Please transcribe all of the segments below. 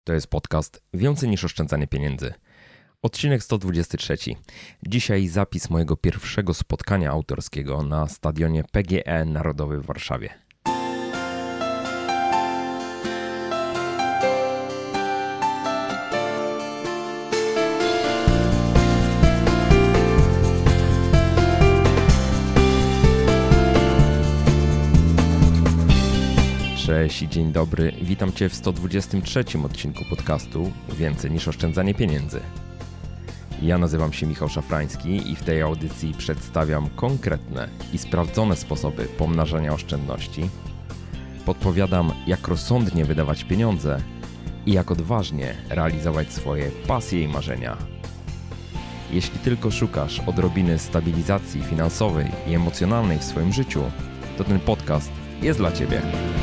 To jest podcast Więcej niż oszczędzanie pieniędzy. Odcinek 123. Dzisiaj zapis mojego pierwszego spotkania autorskiego na stadionie PGE Narodowy w Warszawie. Cześć i dzień dobry. Witam Cię w 123 odcinku podcastu Więcej niż oszczędzanie pieniędzy. Ja nazywam się Michał Szafrański i w tej audycji przedstawiam konkretne i sprawdzone sposoby pomnażania oszczędności. Podpowiadam, jak rozsądnie wydawać pieniądze i jak odważnie realizować swoje pasje i marzenia. Jeśli tylko szukasz odrobiny stabilizacji finansowej i emocjonalnej w swoim życiu, to ten podcast jest dla Ciebie.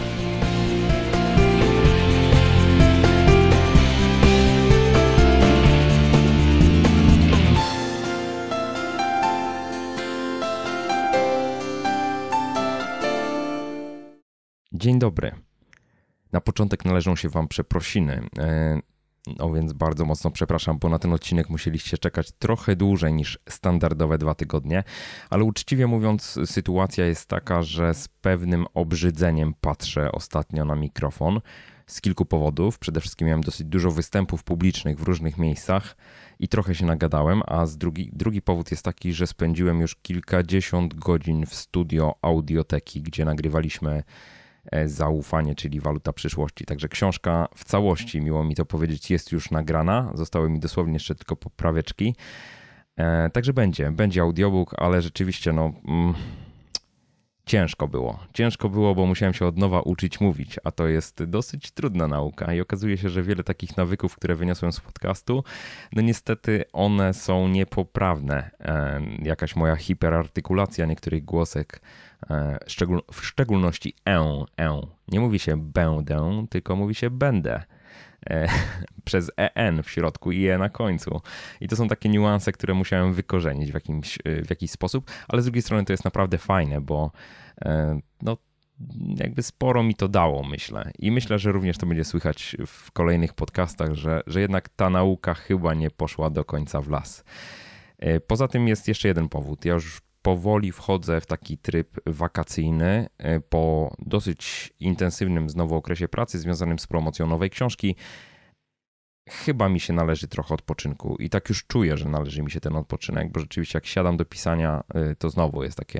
Dzień dobry. Na początek należą się Wam przeprosiny. No więc bardzo mocno przepraszam, bo na ten odcinek musieliście czekać trochę dłużej niż standardowe 2 tygodnie, ale uczciwie mówiąc sytuacja jest taka, że z pewnym obrzydzeniem patrzę ostatnio na mikrofon z kilku powodów. Przede wszystkim miałem dosyć dużo występów publicznych w różnych miejscach i trochę się nagadałem, a drugi powód jest taki, że spędziłem już kilkadziesiąt godzin w studio Audioteki, gdzie nagrywaliśmy Zaufanie, czyli Waluta przyszłości. Także książka w całości, miło mi to powiedzieć, jest już nagrana. Zostały mi dosłownie jeszcze tylko popraweczki. Także będzie audiobook, ale rzeczywiście ciężko było, bo musiałem się od nowa uczyć mówić, a to jest dosyć trudna nauka i okazuje się, że wiele takich nawyków, które wyniosłem z podcastu, no niestety one są niepoprawne. Jakaś moja hiperartykulacja niektórych głosek, w szczególności nie mówi się będę, tylko mówi się będę. Przez en w środku i na końcu. I to są takie niuanse, które musiałem wykorzenić w jakiś sposób, ale z drugiej strony to jest naprawdę fajne, bo jakby sporo mi to dało, myślę. I myślę, że również to będzie słychać w kolejnych podcastach, że jednak ta nauka chyba nie poszła do końca w las. Poza tym jest jeszcze jeden powód. Ja już powoli wchodzę w taki tryb wakacyjny po dosyć intensywnym znowu okresie pracy związanym z promocją nowej książki. Chyba mi się należy trochę odpoczynku i tak już czuję, że należy mi się ten odpoczynek, bo rzeczywiście jak siadam do pisania, to znowu jest takie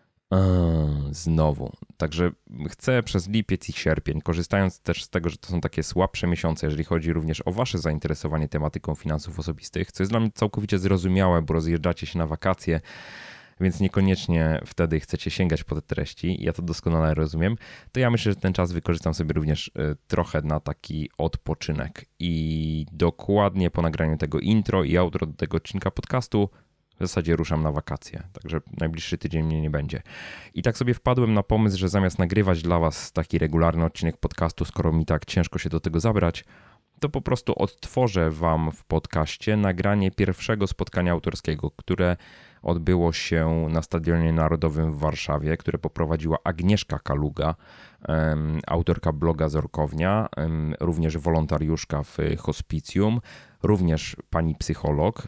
znowu. Także chcę przez lipiec i sierpień, korzystając też z tego, że to są takie słabsze miesiące, jeżeli chodzi również o wasze zainteresowanie tematyką finansów osobistych, co jest dla mnie całkowicie zrozumiałe, bo rozjeżdżacie się na wakacje, więc niekoniecznie wtedy chcecie sięgać po te treści, ja to doskonale rozumiem, to ja myślę, że ten czas wykorzystam sobie również trochę na taki odpoczynek. I dokładnie po nagraniu tego intro i outro do tego odcinka podcastu w zasadzie ruszam na wakacje, także najbliższy tydzień mnie nie będzie. I tak sobie wpadłem na pomysł, że zamiast nagrywać dla was taki regularny odcinek podcastu, skoro mi tak ciężko się do tego zabrać, to po prostu odtworzę wam w podcaście nagranie pierwszego spotkania autorskiego, które odbyło się na Stadionie Narodowym w Warszawie, które poprowadziła Agnieszka Kaluga, autorka bloga Zorkownia, również wolontariuszka w hospicjum, również pani psycholog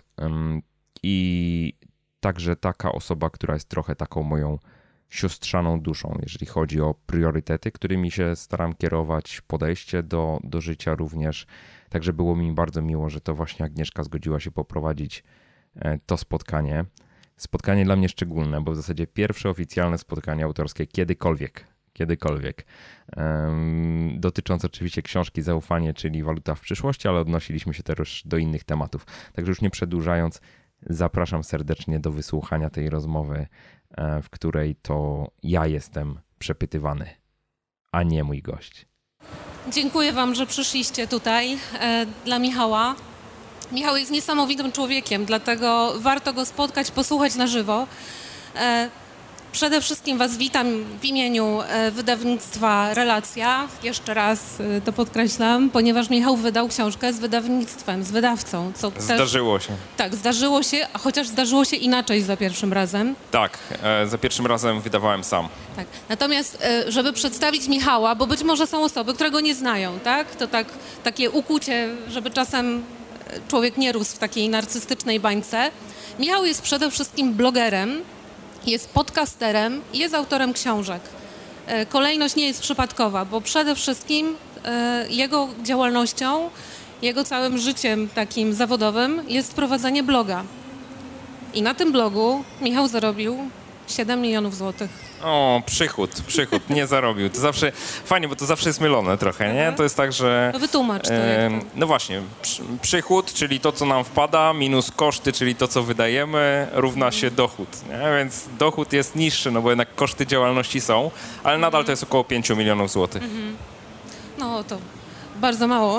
i także taka osoba, która jest trochę taką moją siostrzaną duszą, jeżeli chodzi o priorytety, którymi się staram kierować, podejście do życia również. Także było mi bardzo miło, że to właśnie Agnieszka zgodziła się poprowadzić to spotkanie. Spotkanie dla mnie szczególne, bo w zasadzie pierwsze oficjalne spotkanie autorskie kiedykolwiek. Dotyczące oczywiście książki Zaufanie, czyli Waluta w przyszłości, ale odnosiliśmy się też do innych tematów. Także już nie przedłużając, zapraszam serdecznie do wysłuchania tej rozmowy, w której to ja jestem przepytywany, a nie mój gość. Dziękuję wam, że przyszliście tutaj dla Michała. Michał jest niesamowitym człowiekiem, dlatego warto go spotkać, posłuchać na żywo. Przede wszystkim Was witam w imieniu wydawnictwa Relacja. Jeszcze raz to podkreślam, ponieważ Michał wydał książkę z wydawnictwem, z wydawcą. Co Zdarzyło się. Tak, zdarzyło się, a chociaż zdarzyło się inaczej za pierwszym razem. Tak, za pierwszym razem wydawałem sam. Tak. Natomiast, żeby przedstawić Michała, bo być może są osoby, które go nie znają, tak? To takie ukłucie, żeby czasem człowiek nie rósł w takiej narcystycznej bańce. Michał jest przede wszystkim blogerem, jest podcasterem i jest autorem książek. Kolejność nie jest przypadkowa, bo przede wszystkim jego działalnością, jego całym życiem takim zawodowym jest prowadzenie bloga. I na tym blogu Michał zarobił 7 milionów złotych. O, przychód, nie zarobił. To zawsze fajnie, bo to zawsze jest mylone trochę, nie? To jest tak, że... No wytłumacz to. Jak to. No właśnie, przychód, czyli to, co nam wpada, minus koszty, czyli to, co wydajemy, równa się dochód, nie? Więc dochód jest niższy, no bo jednak koszty działalności są, ale nadal to jest około 5 milionów złotych. No to bardzo mało.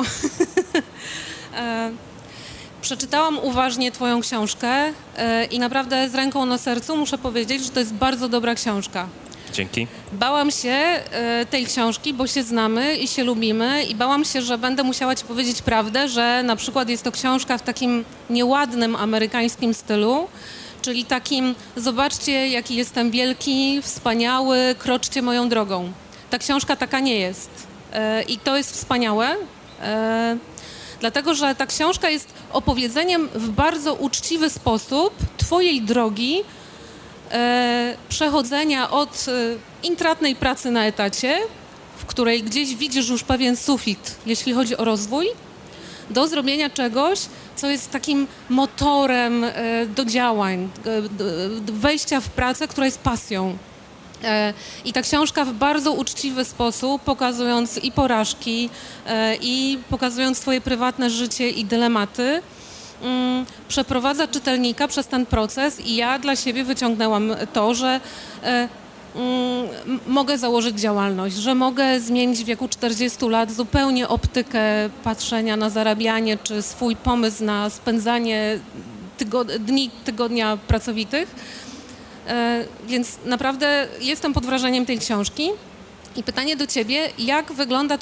Przeczytałam uważnie Twoją książkę i naprawdę z ręką na sercu muszę powiedzieć, że to jest bardzo dobra książka. Dzięki. Bałam się tej książki, bo się znamy i się lubimy i bałam się, że będę musiała Ci powiedzieć prawdę, że na przykład jest to książka w takim nieładnym amerykańskim stylu, czyli takim zobaczcie, jaki jestem wielki, wspaniały, kroczcie moją drogą. Ta książka taka nie jest i to jest wspaniałe. Dlatego, że ta książka jest opowiedzeniem w bardzo uczciwy sposób Twojej drogi przechodzenia od intratnej pracy na etacie, w której gdzieś widzisz już pewien sufit, jeśli chodzi o rozwój, do zrobienia czegoś, co jest takim motorem do działań, wejścia w pracę, która jest pasją. I ta książka w bardzo uczciwy sposób, pokazując i porażki, i pokazując swoje prywatne życie i dylematy, przeprowadza czytelnika przez ten proces i ja dla siebie wyciągnęłam to, że mogę założyć działalność, że mogę zmienić w wieku 40 lat zupełnie optykę patrzenia na zarabianie czy swój pomysł na spędzanie dni tygodnia pracowitych. Więc naprawdę jestem pod wrażeniem tej książki. I pytanie do Ciebie, jak wyglądał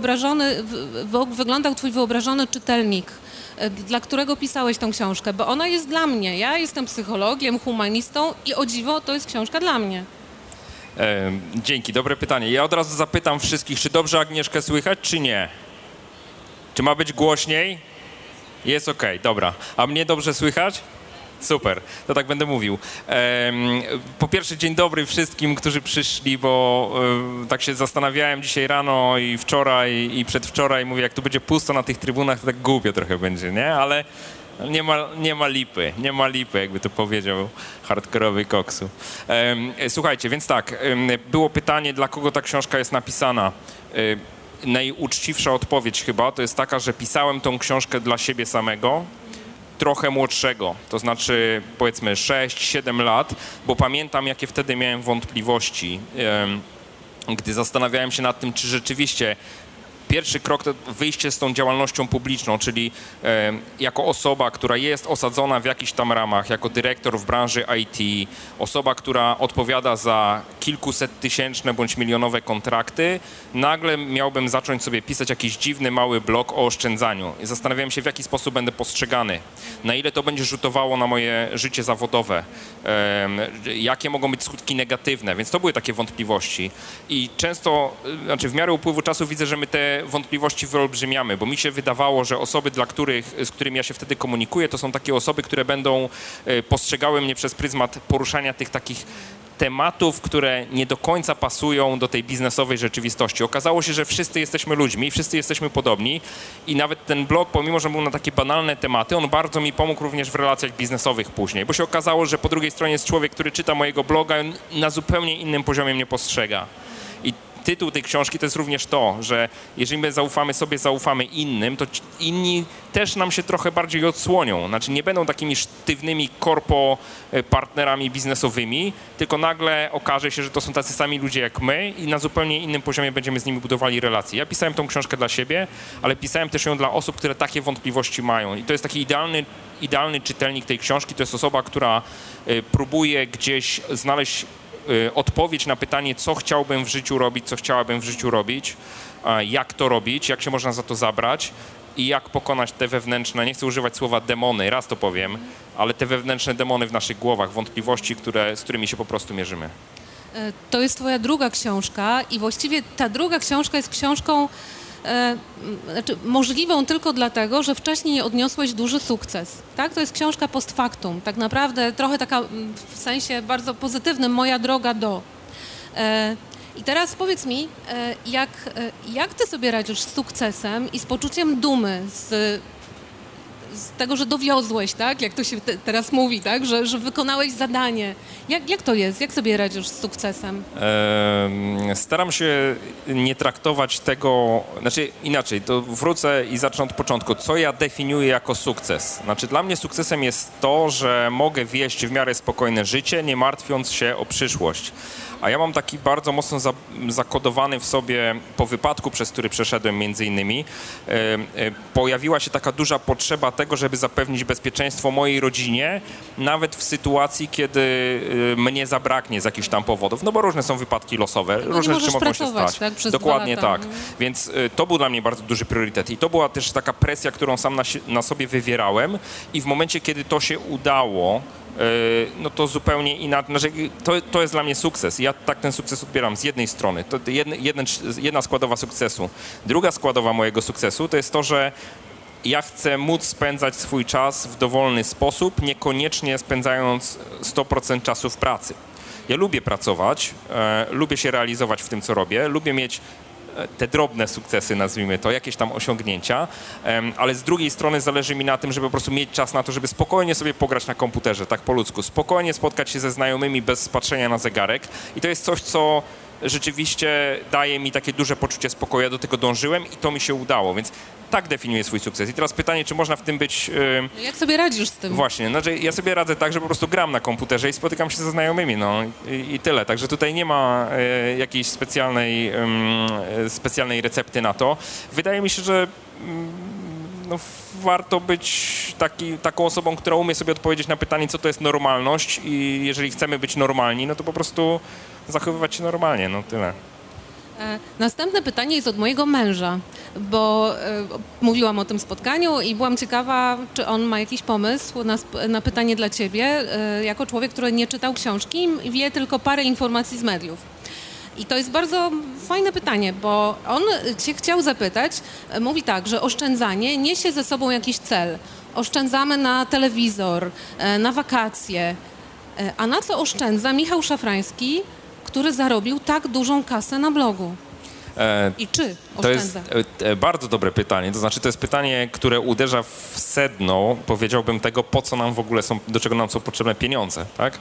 Twój wyobrażony czytelnik, dla którego pisałeś tą książkę? Bo ona jest dla mnie. Ja jestem psychologiem, humanistą i o dziwo to jest książka dla mnie. Dzięki, dobre pytanie. Ja od razu zapytam wszystkich, czy dobrze Agnieszkę słychać, czy nie? Czy ma być głośniej? Jest okej, dobra. A mnie dobrze słychać? Super, to tak będę mówił. Po pierwsze, dzień dobry wszystkim, którzy przyszli, bo tak się zastanawiałem dzisiaj rano i wczoraj i przedwczoraj. Mówię, jak tu będzie pusto na tych trybunach, to tak głupio trochę będzie, nie? Ale nie ma lipy, jakby to powiedział hardkorowy koksu. Słuchajcie, więc tak, było pytanie, dla kogo ta książka jest napisana. Najuczciwsza odpowiedź chyba to jest taka, że pisałem tą książkę dla siebie samego, trochę młodszego, to znaczy powiedzmy 6-7 lat, bo pamiętam, jakie wtedy miałem wątpliwości, gdy zastanawiałem się nad tym, czy rzeczywiście pierwszy krok to wyjście z tą działalnością publiczną, czyli jako osoba, która jest osadzona w jakichś tam ramach, jako dyrektor w branży IT, osoba, która odpowiada za kilkusettysięczne bądź milionowe kontrakty, nagle miałbym zacząć sobie pisać jakiś dziwny, mały blog o oszczędzaniu. I zastanawiałem się, w jaki sposób będę postrzegany, na ile to będzie rzutowało na moje życie zawodowe, jakie mogą być skutki negatywne, więc to były takie wątpliwości. I często, znaczy w miarę upływu czasu widzę, że my te wątpliwości wyolbrzymiamy, bo mi się wydawało, że osoby, z którymi ja się wtedy komunikuję, to są takie osoby, które będą postrzegały mnie przez pryzmat poruszania tych takich tematów, które nie do końca pasują do tej biznesowej rzeczywistości. Okazało się, że wszyscy jesteśmy ludźmi, wszyscy jesteśmy podobni i nawet ten blog, pomimo że był na takie banalne tematy, on bardzo mi pomógł również w relacjach biznesowych później, bo się okazało, że po drugiej stronie jest człowiek, który czyta mojego bloga i na zupełnie innym poziomie mnie postrzega. Tytuł tej książki to jest również to, że jeżeli my zaufamy sobie, zaufamy innym, to inni też nam się trochę bardziej odsłonią. Znaczy nie będą takimi sztywnymi korpo partnerami biznesowymi, tylko nagle okaże się, że to są tacy sami ludzie jak my i na zupełnie innym poziomie będziemy z nimi budowali relacje. Ja pisałem tą książkę dla siebie, ale pisałem też ją dla osób, które takie wątpliwości mają. I to jest taki idealny czytelnik tej książki. To jest osoba, która próbuje gdzieś znaleźć odpowiedź na pytanie, co chciałbym w życiu robić, co chciałabym w życiu robić, jak to robić, jak się można za to zabrać i jak pokonać te wewnętrzne, nie chcę używać słowa demony, raz to powiem, ale te wewnętrzne demony w naszych głowach, wątpliwości, z którymi się po prostu mierzymy. To jest twoja druga książka i właściwie ta druga książka jest książką możliwą tylko dlatego, że wcześniej odniosłeś duży sukces. Tak? To jest książka post factum. Tak naprawdę trochę taka w sensie bardzo pozytywnym moja droga do. I teraz powiedz mi, jak ty sobie radzisz z sukcesem i z poczuciem dumy, z tego, że dowiozłeś, tak? Jak to się teraz mówi, tak? Że wykonałeś zadanie. Jak to jest? Jak sobie radzisz z sukcesem? Staram się nie traktować tego, znaczy inaczej, to wrócę i zacznę od początku. Co ja definiuję jako sukces? Znaczy dla mnie sukcesem jest to, że mogę wieść w miarę spokojne życie, nie martwiąc się o przyszłość. A ja mam taki bardzo mocno zakodowany w sobie, po wypadku, przez który przeszedłem między innymi, pojawiła się taka duża potrzeba tego, żeby zapewnić bezpieczeństwo mojej rodzinie, nawet w sytuacji, kiedy mnie zabraknie z jakichś tam powodów, no bo różne są wypadki losowe, różne rzeczy mogą się stać. Tak, przez Dokładnie tak. Więc to był dla mnie bardzo duży priorytet i to była też taka presja, którą sam na sobie wywierałem i w momencie, kiedy to się udało, no to zupełnie inaczej. To jest dla mnie sukces. Ja tak ten sukces odbieram z jednej strony. To jedna składowa sukcesu. Druga składowa mojego sukcesu to jest to, że ja chcę móc spędzać swój czas w dowolny sposób, niekoniecznie spędzając 100% czasu w pracy. Ja lubię pracować, lubię się realizować w tym, co robię, lubię mieć te drobne sukcesy, nazwijmy to, jakieś tam osiągnięcia, ale z drugiej strony zależy mi na tym, żeby po prostu mieć czas na to, żeby spokojnie sobie pograć na komputerze, tak po ludzku, spokojnie spotkać się ze znajomymi bez patrzenia na zegarek i to jest coś, co rzeczywiście daje mi takie duże poczucie spokoju, ja do tego dążyłem i to mi się udało, więc tak definiuję swój sukces. I teraz pytanie, czy można w tym być... Jak sobie radzisz z tym? Właśnie, znaczy ja sobie radzę tak, że po prostu gram na komputerze i spotykam się ze znajomymi, no i tyle. Także tutaj nie ma jakiejś specjalnej recepty na to. Wydaje mi się, że no, warto być taką osobą, która umie sobie odpowiedzieć na pytanie, co to jest normalność i jeżeli chcemy być normalni, no to po prostu zachowywać się normalnie, no tyle. Następne pytanie jest od mojego męża, bo mówiłam o tym spotkaniu i byłam ciekawa, czy on ma jakiś pomysł na pytanie dla ciebie, jako człowiek, który nie czytał książki i wie tylko parę informacji z mediów. I to jest bardzo fajne pytanie, bo on cię chciał zapytać, mówi tak, że oszczędzanie niesie ze sobą jakiś cel. Oszczędzamy na telewizor, na wakacje. A na co oszczędza Michał Szafrański, który zarobił tak dużą kasę na blogu? I czy oszczędza? To jest bardzo dobre pytanie. To znaczy, to jest pytanie, które uderza w sedno, powiedziałbym, tego, po co nam w ogóle są, do czego nam są potrzebne pieniądze, tak?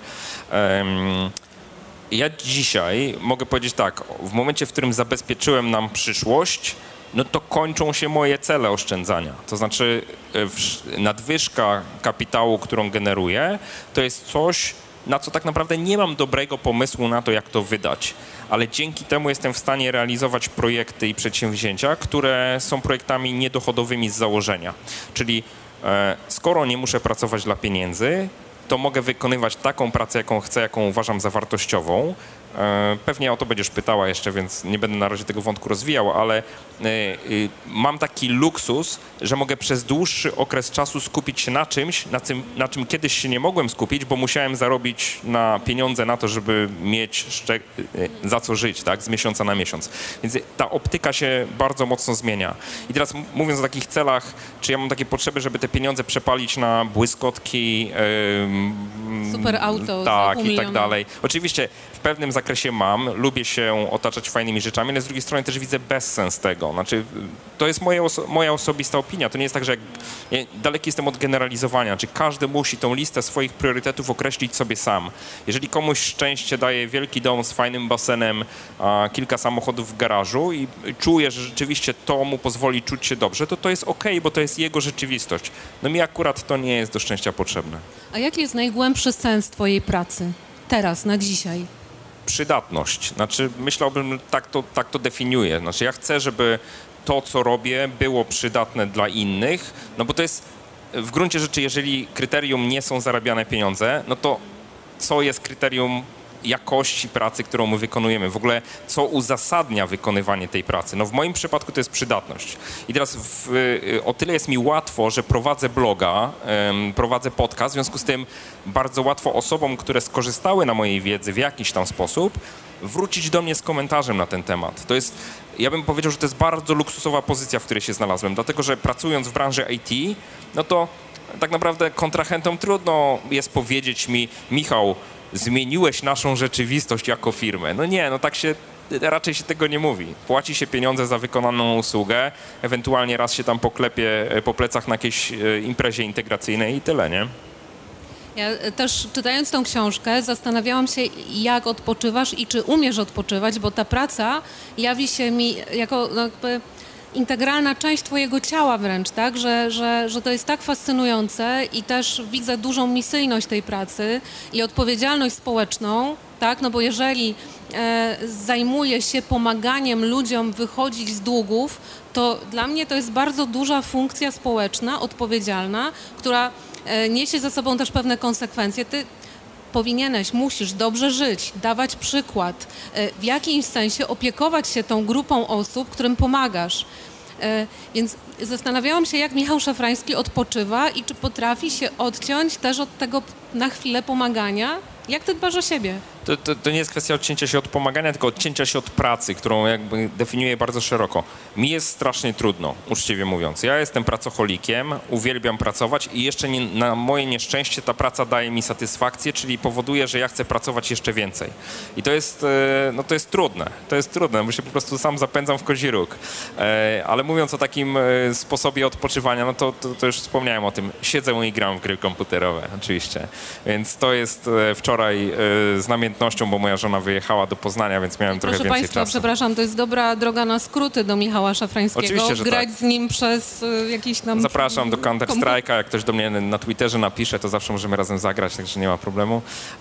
Ja dzisiaj mogę powiedzieć tak, w momencie, w którym zabezpieczyłem nam przyszłość, no to kończą się moje cele oszczędzania. To znaczy nadwyżka kapitału, którą generuję, to jest coś, na co tak naprawdę nie mam dobrego pomysłu na to, jak to wydać. Ale dzięki temu jestem w stanie realizować projekty i przedsięwzięcia, które są projektami niedochodowymi z założenia. Czyli skoro nie muszę pracować dla pieniędzy, to mogę wykonywać taką pracę, jaką chcę, jaką uważam za wartościową. Pewnie o to będziesz pytała jeszcze, więc nie będę na razie tego wątku rozwijał, ale mam taki luksus, że mogę przez dłuższy okres czasu skupić się na czymś, na czym kiedyś się nie mogłem skupić, bo musiałem zarobić na pieniądze na to, żeby mieć za co żyć, tak, z miesiąca na miesiąc. Więc ta optyka się bardzo mocno zmienia. I teraz mówiąc o takich celach, czy ja mam takie potrzeby, żeby te pieniądze przepalić na błyskotki, super auto, tak, i tak dalej. Oczywiście w pewnym zakresie lubię się otaczać fajnymi rzeczami, ale z drugiej strony też widzę bezsens tego. Znaczy, to jest moja osobista opinia. To nie jest tak, że daleki jestem od generalizowania. Czy każdy musi tą listę swoich priorytetów określić sobie sam. Jeżeli komuś szczęście daje wielki dom z fajnym basenem, kilka samochodów w garażu i czuje, że rzeczywiście to mu pozwoli czuć się dobrze, to jest okej, bo to jest jego rzeczywistość. No mi akurat to nie jest do szczęścia potrzebne. A jaki jest najgłębszy sens twojej pracy teraz, na dzisiaj? Przydatność. Znaczy, myślałbym, tak to definiuję. Znaczy, ja chcę, żeby to, co robię, było przydatne dla innych, no bo to jest w gruncie rzeczy, jeżeli kryterium nie są zarabiane pieniądze, no to co jest kryterium jakości pracy, którą my wykonujemy. W ogóle co uzasadnia wykonywanie tej pracy. No w moim przypadku to jest przydatność. I teraz o tyle jest mi łatwo, że prowadzę bloga, prowadzę podcast, w związku z tym bardzo łatwo osobom, które skorzystały na mojej wiedzy w jakiś tam sposób, wrócić do mnie z komentarzem na ten temat. To jest, ja bym powiedział, że to jest bardzo luksusowa pozycja, w której się znalazłem, dlatego że pracując w branży IT, no to tak naprawdę kontrahentom trudno jest powiedzieć mi: Michał, zmieniłeś naszą rzeczywistość jako firmę. No nie, no tak się raczej się tego nie mówi. Płaci się pieniądze za wykonaną usługę, ewentualnie raz się tam poklepie po plecach na jakiejś imprezie integracyjnej i tyle, nie? Ja też czytając tą książkę zastanawiałam się, jak odpoczywasz i czy umiesz odpoczywać, bo ta praca jawi się mi jako jakby integralna część twojego ciała wręcz, tak? Że to jest tak fascynujące i też widzę dużą misyjność tej pracy i odpowiedzialność społeczną, tak? No bo jeżeli zajmuję się pomaganiem ludziom wychodzić z długów, to dla mnie to jest bardzo duża funkcja społeczna, odpowiedzialna, która niesie za sobą też pewne konsekwencje. Ty powinieneś, musisz dobrze żyć, dawać przykład, w jakimś sensie opiekować się tą grupą osób, którym pomagasz. Więc zastanawiałam się, jak Michał Szafrański odpoczywa i czy potrafi się odciąć też od tego na chwilę pomagania. Jak ty dbasz o siebie? To nie jest kwestia odcięcia się od pomagania, tylko odcięcia się od pracy, którą jakby definiuję bardzo szeroko. Mi jest strasznie trudno, uczciwie mówiąc. Ja jestem pracocholikiem, uwielbiam pracować i jeszcze na moje nieszczęście ta praca daje mi satysfakcję, czyli powoduje, że ja chcę pracować jeszcze więcej. I to jest, no to jest trudne. To jest trudne, bo się po prostu sam zapędzam w kozi róg. Ale mówiąc o takim sposobie odpoczywania, no to już wspomniałem o tym. Siedzę i gram w gry komputerowe, oczywiście. Więc to jest wczoraj z namiętnością, bo moja żona wyjechała do Poznania, więc miałem trochę więcej Państwa, czasu. przepraszam, to jest dobra droga na skróty do Michała Szafrańskiego. Oczywiście, że grać tak. z nim przez jakiś tam... Zapraszam do Counter-Strike'a, jak ktoś do mnie na Twitterze napisze, to zawsze możemy razem zagrać, także nie ma problemu.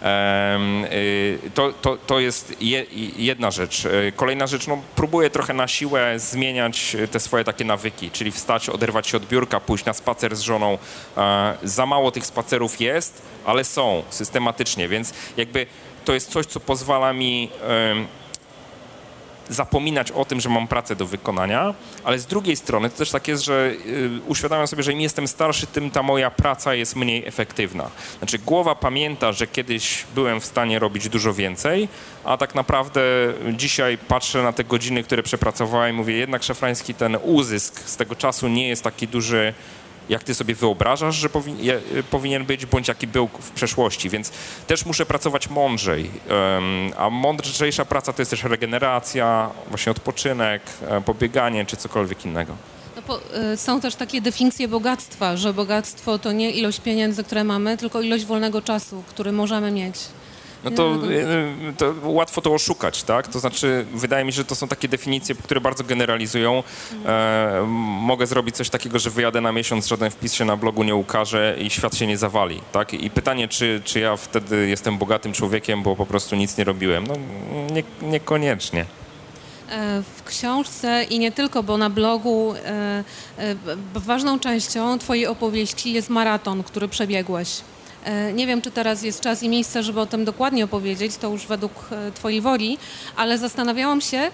To jest jedna rzecz. Kolejna rzecz, no próbuję trochę na siłę zmieniać te swoje takie nawyki, czyli wstać, oderwać się od biurka, pójść na spacer z żoną. Za mało tych spacerów jest, ale są systematycznie, więc jakby to jest coś, co pozwala mi zapominać o tym, że mam pracę do wykonania, ale z drugiej strony to też tak jest, że uświadamiam sobie, że im jestem starszy, tym ta moja praca jest mniej efektywna. Znaczy głowa pamięta, że kiedyś byłem w stanie robić dużo więcej, a tak naprawdę dzisiaj patrzę na te godziny, które przepracowałem i mówię, jednak Szafrański, ten uzysk z tego czasu nie jest taki duży, jak ty sobie wyobrażasz, że powinien być, bądź jaki był w przeszłości, więc też muszę pracować mądrzej, a mądrzejsza praca to jest też regeneracja, właśnie odpoczynek, pobieganie czy cokolwiek innego. No są też takie definicje bogactwa, że bogactwo to nie ilość pieniędzy, które mamy, tylko ilość wolnego czasu, który możemy mieć. No to łatwo to oszukać, tak? To znaczy, wydaje mi się, że to są takie definicje, które bardzo generalizują. Mogę zrobić coś takiego, że wyjadę na miesiąc, żaden wpis się na blogu nie ukaże i świat się nie zawali, tak? I pytanie, czy ja wtedy jestem bogatym człowiekiem, bo po prostu nic nie robiłem? No niekoniecznie. W książce i nie tylko, bo na blogu ważną częścią twojej opowieści jest maraton, który przebiegłeś. Nie wiem, czy teraz jest czas i miejsce, żeby o tym dokładnie opowiedzieć, to już według twojej woli, ale zastanawiałam się,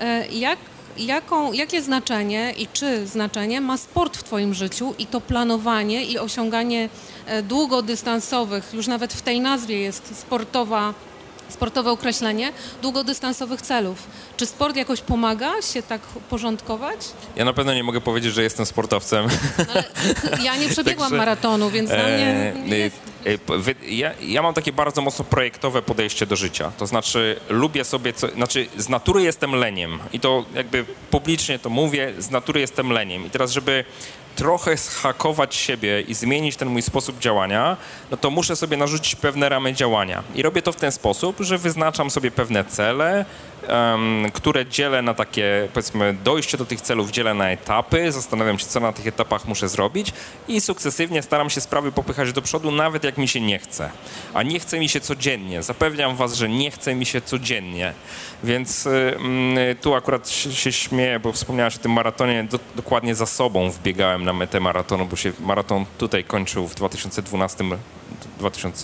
jakie znaczenie i czy znaczenie ma sport w twoim życiu i to planowanie i osiąganie długodystansowych, już nawet w tej nazwie jest sportowe określenie, długodystansowych celów. Czy sport jakoś pomaga się tak porządkować? Ja na pewno nie mogę powiedzieć, że jestem sportowcem. Ale ja nie przebiegłam maratonu, więc dla mnie nie jest... Ja mam takie bardzo mocno projektowe podejście do życia. To znaczy lubię sobie, z natury jestem leniem i to jakby publicznie to mówię, z natury jestem leniem. I teraz, żeby trochę zhakować siebie i zmienić ten mój sposób działania, no to muszę sobie narzucić pewne ramy działania. I robię to w ten sposób, że wyznaczam sobie pewne cele, które dzielę na takie, powiedzmy, dojście do tych celów dzielę na etapy, zastanawiam się, co na tych etapach muszę zrobić i sukcesywnie staram się sprawy popychać do przodu, nawet jak mi się nie chce. A nie chce mi się codziennie. Zapewniam was, że nie chce mi się codziennie. Więc tu akurat się śmieję, bo wspomniałaś o tym maratonie. Dokładnie za sobą wbiegałem na metę maratonu, bo się maraton tutaj kończył w 2012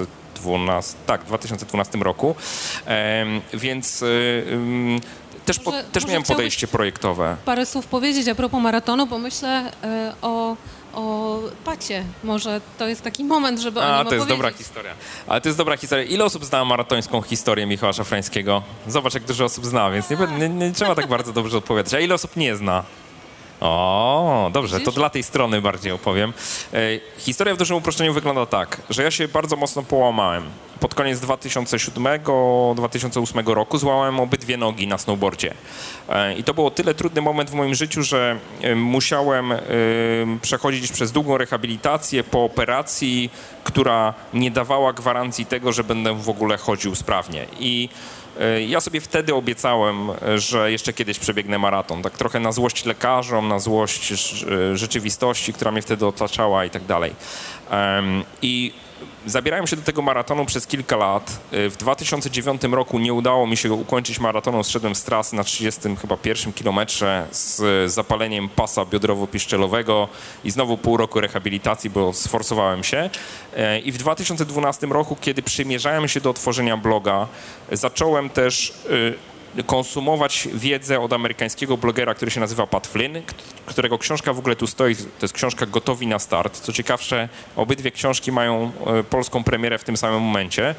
2012 roku, więc też miałem podejście projektowe. Parę słów powiedzieć a propos maratonu, bo myślę o Pacie. Może to jest taki moment, żeby o nim opowiedzieć. To jest dobra historia. Ale to jest dobra historia. Ile osób zna maratońską historię Michała Szafrańskiego? Zobacz, jak dużo osób zna, więc nie trzeba tak bardzo dobrze odpowiadać. A ile osób nie zna? O, dobrze, to dla tej strony bardziej opowiem. Historia w dużym uproszczeniu wygląda tak, że ja się bardzo mocno połamałem. Pod koniec 2007-2008 roku złamałem obydwie nogi na snowboardzie. I to było tyle trudny moment w moim życiu, że musiałem przechodzić przez długą rehabilitację po operacji, która nie dawała gwarancji tego, że będę w ogóle chodził sprawnie. I ja sobie wtedy obiecałem, że jeszcze kiedyś przebiegnę maraton. Tak trochę na złość lekarzom, na złość rzeczywistości, która mnie wtedy otaczała i tak dalej. I zabierałem się do tego maratonu przez kilka lat. W 2009 roku nie udało mi się ukończyć maratonu. Zszedłem z trasy na 31 kilometrze z zapaleniem pasa biodrowo-piszczelowego i znowu pół roku rehabilitacji, bo sforsowałem się. I w 2012 roku, kiedy przymierzałem się do otworzenia bloga, zacząłem też konsumować wiedzę od amerykańskiego blogera, który się nazywa Pat Flynn, którego książka w ogóle tu stoi, to jest książka Gotowi na start. Co ciekawsze, obydwie książki mają polską premierę w tym samym momencie.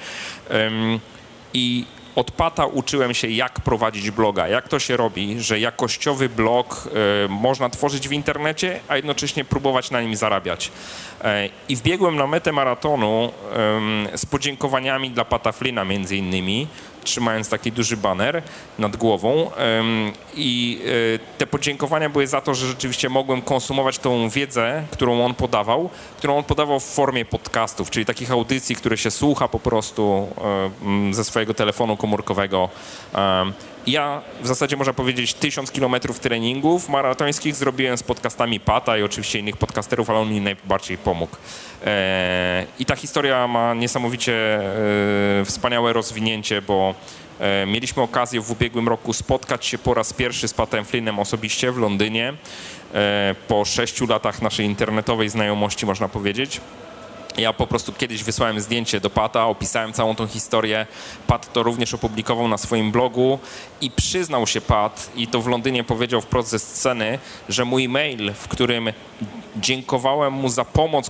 I od Pata uczyłem się, jak prowadzić bloga, jak to się robi, że jakościowy blog można tworzyć w internecie, a jednocześnie próbować na nim zarabiać. I wbiegłem na metę maratonu z podziękowaniami dla Pata Flynna między innymi, trzymając taki duży baner nad głową i te podziękowania były za to, że rzeczywiście mogłem konsumować tą wiedzę, którą on podawał w formie podcastów, czyli takich audycji, które się słucha po prostu ze swojego telefonu komórkowego. Ja w zasadzie można powiedzieć 1000 kilometrów treningów maratońskich zrobiłem z podcastami Pata i oczywiście innych podcasterów, ale on mi najbardziej pomógł. I ta historia ma niesamowicie wspaniałe rozwinięcie, bo mieliśmy okazję w ubiegłym roku spotkać się po raz pierwszy z Patem Flynnem osobiście w Londynie po 6 latach naszej internetowej znajomości, można powiedzieć. Ja po prostu kiedyś wysłałem zdjęcie do Pata, opisałem całą tą historię. Pat to również opublikował na swoim blogu i przyznał się Pat, i to w Londynie powiedział wprost ze sceny, że mój mail, w którym dziękowałem mu za pomoc,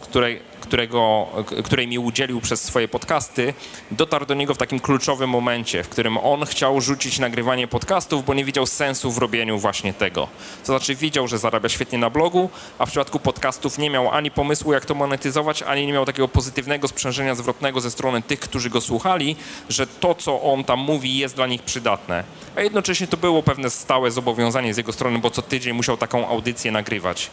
której mi udzielił przez swoje podcasty, dotarł do niego w takim kluczowym momencie, w którym on chciał rzucić nagrywanie podcastów, bo nie widział sensu w robieniu właśnie tego. To znaczy widział, że zarabia świetnie na blogu, a w przypadku podcastów nie miał ani pomysłu, jak to monetyzować, ani nie miał takiego pozytywnego sprzężenia zwrotnego ze strony tych, którzy go słuchali, że to, co on tam mówi, jest dla nich przydatne. A jednocześnie to było pewne stałe zobowiązanie z jego strony, bo co tydzień musiał taką audycję nagrywać.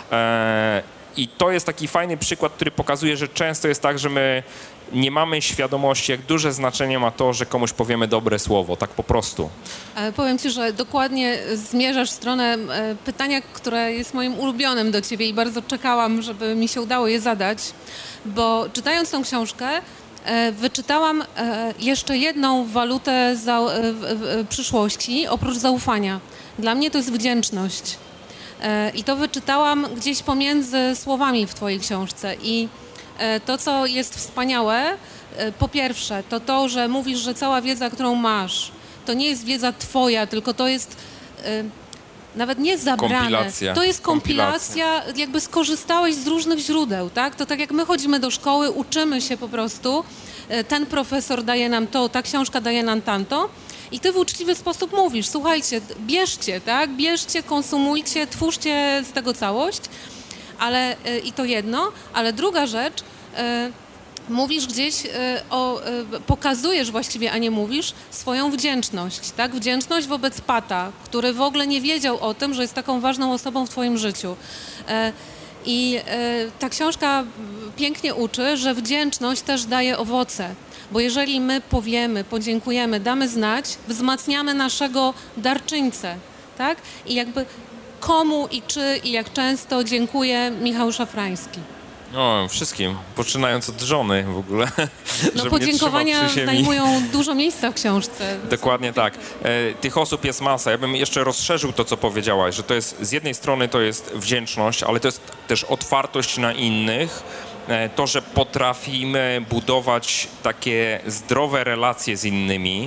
I to jest taki fajny przykład, który pokazuje, że często jest tak, że my nie mamy świadomości, jak duże znaczenie ma to, że komuś powiemy dobre słowo, tak po prostu. Powiem ci, że dokładnie zmierzasz w stronę pytania, które jest moim ulubionym do ciebie i bardzo czekałam, żeby mi się udało je zadać, bo czytając tą książkę wyczytałam jeszcze jedną walutę przyszłości oprócz zaufania. Dla mnie to jest wdzięczność. I to wyczytałam gdzieś pomiędzy słowami w twojej książce. I to, co jest wspaniałe, po pierwsze, to, że mówisz, że cała wiedza, którą masz, to nie jest wiedza twoja, tylko to jest nawet nie zabrane. Kompilacja. To jest kompilacja, jakby skorzystałeś z różnych źródeł, tak? To tak jak my chodzimy do szkoły, uczymy się po prostu, ten profesor daje nam to, ta książka daje nam tamto. I ty w uczciwy sposób mówisz, słuchajcie, bierzcie, tak? Bierzcie, konsumujcie, twórzcie z tego całość, ale i to jedno, ale druga rzecz, mówisz gdzieś, pokazujesz właściwie, a nie mówisz, swoją wdzięczność, tak? Wdzięczność wobec Pata, który w ogóle nie wiedział o tym, że jest taką ważną osobą w twoim życiu. I ta książka pięknie uczy, że wdzięczność też daje owoce. Bo jeżeli my powiemy, podziękujemy, damy znać, wzmacniamy naszego darczyńcę, tak? I jakby komu i czy i jak często dziękuję Michał Szafrański. No, wszystkim, poczynając od żony w ogóle. No podziękowania zajmują dużo miejsca w książce. Dokładnie tak. Tych osób jest masa. Ja bym jeszcze rozszerzył to, co powiedziałaś, że to jest z jednej strony to jest wdzięczność, ale to jest też otwartość na innych to, że potrafimy budować takie zdrowe relacje z innymi.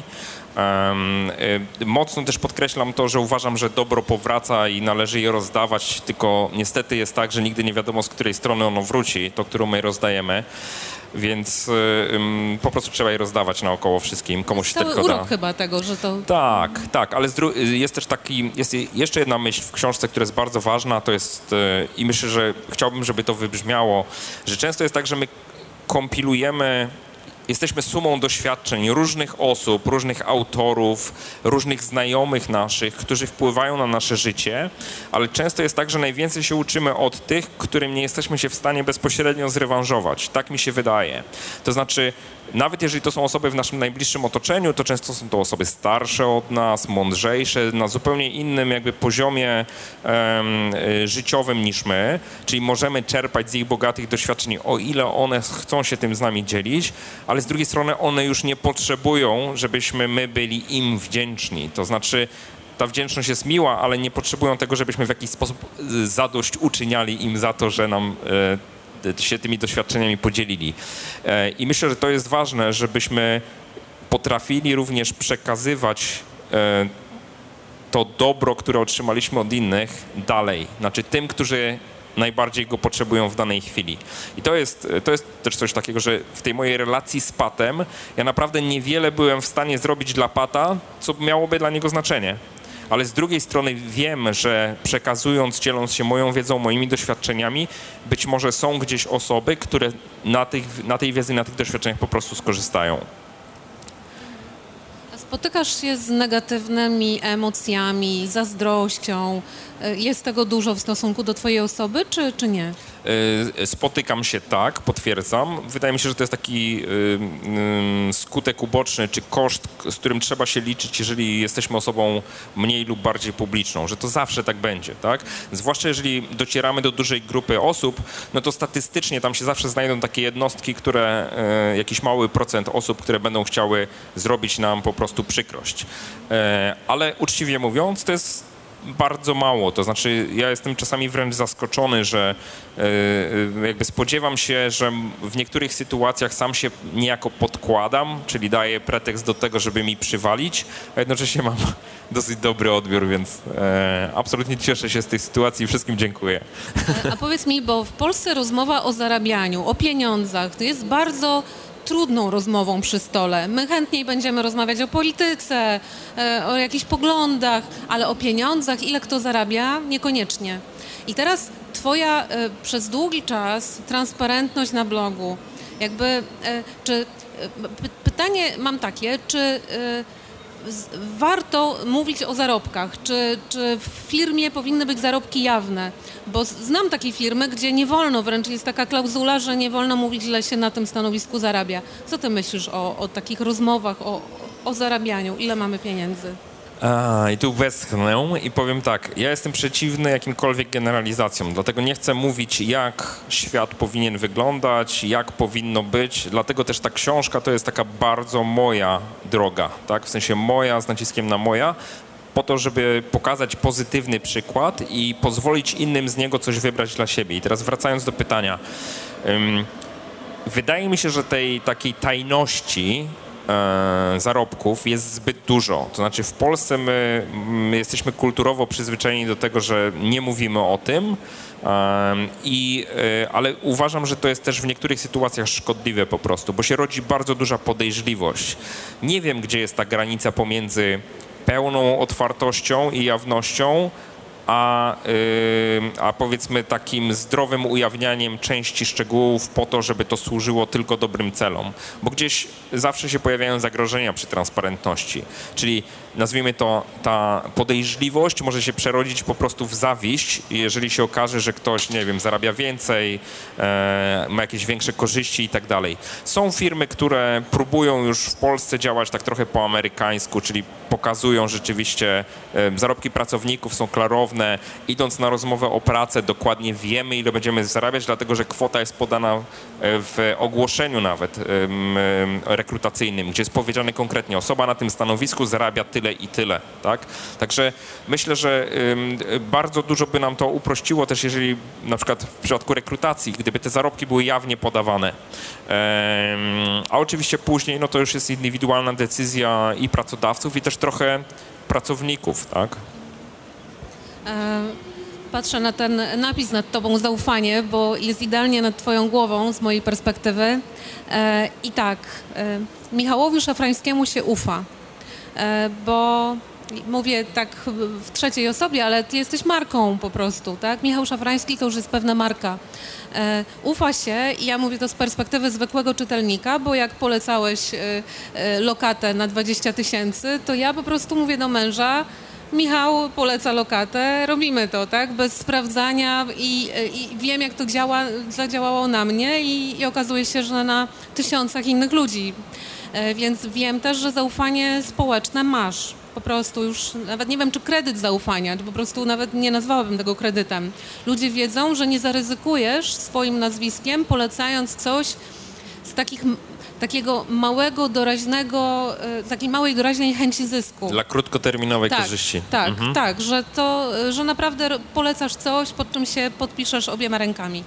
Mocno też podkreślam to, że uważam, że dobro powraca i należy je rozdawać, tylko niestety jest tak, że nigdy nie wiadomo, z której strony ono wróci, to, którą my rozdajemy. Więc po prostu trzeba je rozdawać naokoło wszystkim, komuś się tylko da. Cały urok chyba tego, że to... Tak, ale jest też jest jeszcze jedna myśl w książce, która jest bardzo ważna, to jest, i myślę, że chciałbym, żeby to wybrzmiało, że często jest tak, że my kompilujemy, jesteśmy sumą doświadczeń różnych osób, różnych autorów, różnych znajomych naszych, którzy wpływają na nasze życie, ale często jest tak, że najwięcej się uczymy od tych, którym nie jesteśmy się w stanie bezpośrednio zrewanżować. Tak mi się wydaje. To znaczy, nawet jeżeli to są osoby w naszym najbliższym otoczeniu, to często są to osoby starsze od nas, mądrzejsze, na zupełnie innym jakby poziomie życiowym niż my, czyli możemy czerpać z ich bogatych doświadczeń, o ile one chcą się tym z nami dzielić, ale z drugiej strony one już nie potrzebują, żebyśmy my byli im wdzięczni. To znaczy, ta wdzięczność jest miła, ale nie potrzebują tego, żebyśmy w jakiś sposób zadośćuczyniali im za to, że nam się tymi doświadczeniami podzielili. I myślę, że to jest ważne, żebyśmy potrafili również przekazywać to dobro, które otrzymaliśmy od innych, dalej. Znaczy tym, którzy najbardziej go potrzebują w danej chwili. I to jest też coś takiego, że w tej mojej relacji z Patem ja naprawdę niewiele byłem w stanie zrobić dla Pata, co miałoby dla niego znaczenie. Ale z drugiej strony wiem, że przekazując, dzieląc się moją wiedzą, moimi doświadczeniami, być może są gdzieś osoby, które na tej wiedzy, na tych doświadczeniach po prostu skorzystają. Spotykasz się z negatywnymi emocjami, zazdrością. Jest tego dużo w stosunku do twojej osoby, czy nie? Spotykam się, tak, potwierdzam. Wydaje mi się, że to jest taki skutek uboczny, czy koszt, z którym trzeba się liczyć, jeżeli jesteśmy osobą mniej lub bardziej publiczną, że to zawsze tak będzie, tak? Zwłaszcza jeżeli docieramy do dużej grupy osób, no to statystycznie tam się zawsze znajdą takie jednostki, jakiś mały procent osób, które będą chciały zrobić nam po prostu przykrość. Ale uczciwie mówiąc, to jest bardzo mało, to znaczy ja jestem czasami wręcz zaskoczony, że jakby spodziewam się, że w niektórych sytuacjach sam się niejako podkładam, czyli daję pretekst do tego, żeby mi przywalić, a jednocześnie mam dosyć dobry odbiór, więc absolutnie cieszę się z tej sytuacji i wszystkim dziękuję. A powiedz mi, bo w Polsce rozmowa o zarabianiu, o pieniądzach to jest bardzo trudną rozmową przy stole. My chętniej będziemy rozmawiać o polityce, o jakichś poglądach, ale o pieniądzach, ile kto zarabia, niekoniecznie. I teraz twoja przez długi czas transparentność na blogu, jakby, pytanie mam takie, czy warto mówić o zarobkach, czy w firmie powinny być zarobki jawne, bo znam takie firmy, gdzie nie wolno, wręcz jest taka klauzula, że nie wolno mówić, ile się na tym stanowisku zarabia. Co ty myślisz o takich rozmowach, o zarabianiu, ile mamy pieniędzy? I tu westchnę i powiem tak, ja jestem przeciwny jakimkolwiek generalizacjom, dlatego nie chcę mówić, jak świat powinien wyglądać, jak powinno być, dlatego też ta książka to jest taka bardzo moja droga, tak? W sensie moja z naciskiem na moja, po to, żeby pokazać pozytywny przykład i pozwolić innym z niego coś wybrać dla siebie. I teraz wracając do pytania, wydaje mi się, że tej takiej tajności zarobków jest zbyt dużo. To znaczy w Polsce my jesteśmy kulturowo przyzwyczajeni do tego, że nie mówimy o tym, ale uważam, że to jest też w niektórych sytuacjach szkodliwe po prostu, bo się rodzi bardzo duża podejrzliwość. Nie wiem, gdzie jest ta granica pomiędzy pełną otwartością i jawnością, a powiedzmy takim zdrowym ujawnianiem części szczegółów po to, żeby to służyło tylko dobrym celom. Bo gdzieś zawsze się pojawiają zagrożenia przy transparentności. Czyli nazwijmy to, ta podejrzliwość może się przerodzić po prostu w zawiść, jeżeli się okaże, że ktoś, nie wiem, zarabia więcej, ma jakieś większe korzyści i tak dalej. Są firmy, które próbują już w Polsce działać tak trochę po amerykańsku, czyli pokazują rzeczywiście, zarobki pracowników są klarowne, idąc na rozmowę o pracę dokładnie wiemy, ile będziemy zarabiać, dlatego że kwota jest podana w ogłoszeniu nawet rekrutacyjnym, gdzie jest powiedziane konkretnie, osoba na tym stanowisku zarabia tyle i tyle, tak? Także myślę, że bardzo dużo by nam to uprościło też, jeżeli na przykład w przypadku rekrutacji, gdyby te zarobki były jawnie podawane. A oczywiście później, no to już jest indywidualna decyzja i pracodawców, i też trochę pracowników, tak? Patrzę na ten napis nad tobą, zaufanie, bo jest idealnie nad twoją głową z mojej perspektywy. I tak, Michałowi Szafrańskiemu się ufa, bo mówię tak w trzeciej osobie, ale ty jesteś marką po prostu, tak? Michał Szafrański to już jest pewna marka. Ufa się i ja mówię to z perspektywy zwykłego czytelnika, bo jak polecałeś lokatę na 20 000, to ja po prostu mówię do męża, Michał poleca lokatę, robimy to, tak? Bez sprawdzania i wiem, jak to zadziałało na mnie i okazuje się, że na tysiącach innych ludzi. Więc wiem też, że zaufanie społeczne masz. Po prostu już nawet nie wiem, czy kredyt zaufania, czy po prostu nawet nie nazwałabym tego kredytem. Ludzie wiedzą, że nie zaryzykujesz swoim nazwiskiem, polecając coś z takiego małego, doraźnego, takiej małej, doraźnej chęci zysku. Dla krótkoterminowej korzyści. Tak, tak, że naprawdę polecasz coś, pod czym się podpiszesz obiema rękami.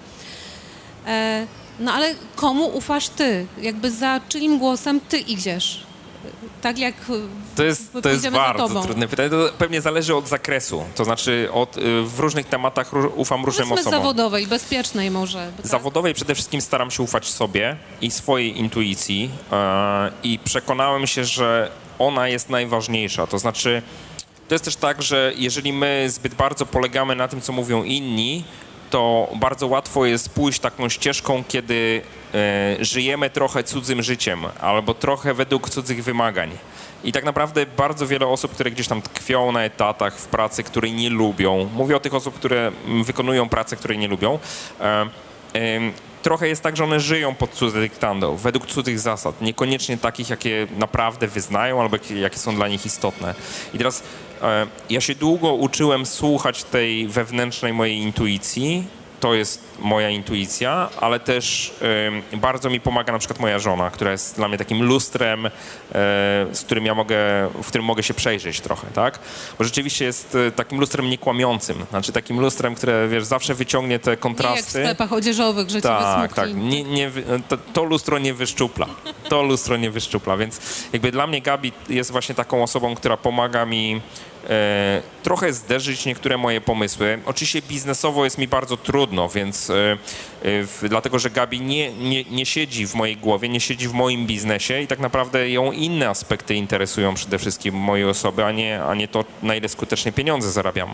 No ale komu ufasz ty? Jakby za czyim głosem ty idziesz? Tak jak to jest bardzo trudne pytanie. To pewnie zależy od zakresu. To znaczy w różnych tematach ufam różnym osobom. Zawodowej, bezpiecznej może. Tak? Zawodowej przede wszystkim staram się ufać sobie i swojej intuicji i przekonałem się, że ona jest najważniejsza. To znaczy to jest też tak, że jeżeli my zbyt bardzo polegamy na tym, co mówią inni, to bardzo łatwo jest pójść taką ścieżką, kiedy żyjemy trochę cudzym życiem albo trochę według cudzych wymagań. I tak naprawdę bardzo wiele osób, które gdzieś tam tkwią na etatach w pracy, której nie lubią, mówię o tych osób, które wykonują pracę, której nie lubią, trochę jest tak, że one żyją pod cudze dyktando, według cudzych zasad, niekoniecznie takich, jakie naprawdę wyznają albo jakie są dla nich istotne. I teraz ja się długo uczyłem słuchać tej wewnętrznej mojej intuicji. To jest moja intuicja, ale też bardzo mi pomaga na przykład moja żona, która jest dla mnie takim lustrem, w którym mogę się przejrzeć trochę, tak? Bo rzeczywiście jest takim lustrem niekłamiącym, znaczy takim lustrem, które, wiesz, zawsze wyciągnie te kontrasty. Nie jak w sklepach odzieżowych, że tak, tak. To lustro nie wyszczupla. To lustro nie wyszczupla, więc jakby dla mnie Gabi jest właśnie taką osobą, która pomaga mi trochę zderzyć niektóre moje pomysły. Oczywiście biznesowo jest mi bardzo trudno, więc dlatego, że Gabi nie siedzi w mojej głowie, nie siedzi w moim biznesie i tak naprawdę ją inne aspekty interesują przede wszystkim mojej osoby, a nie to, na ile skutecznie pieniądze zarabiam.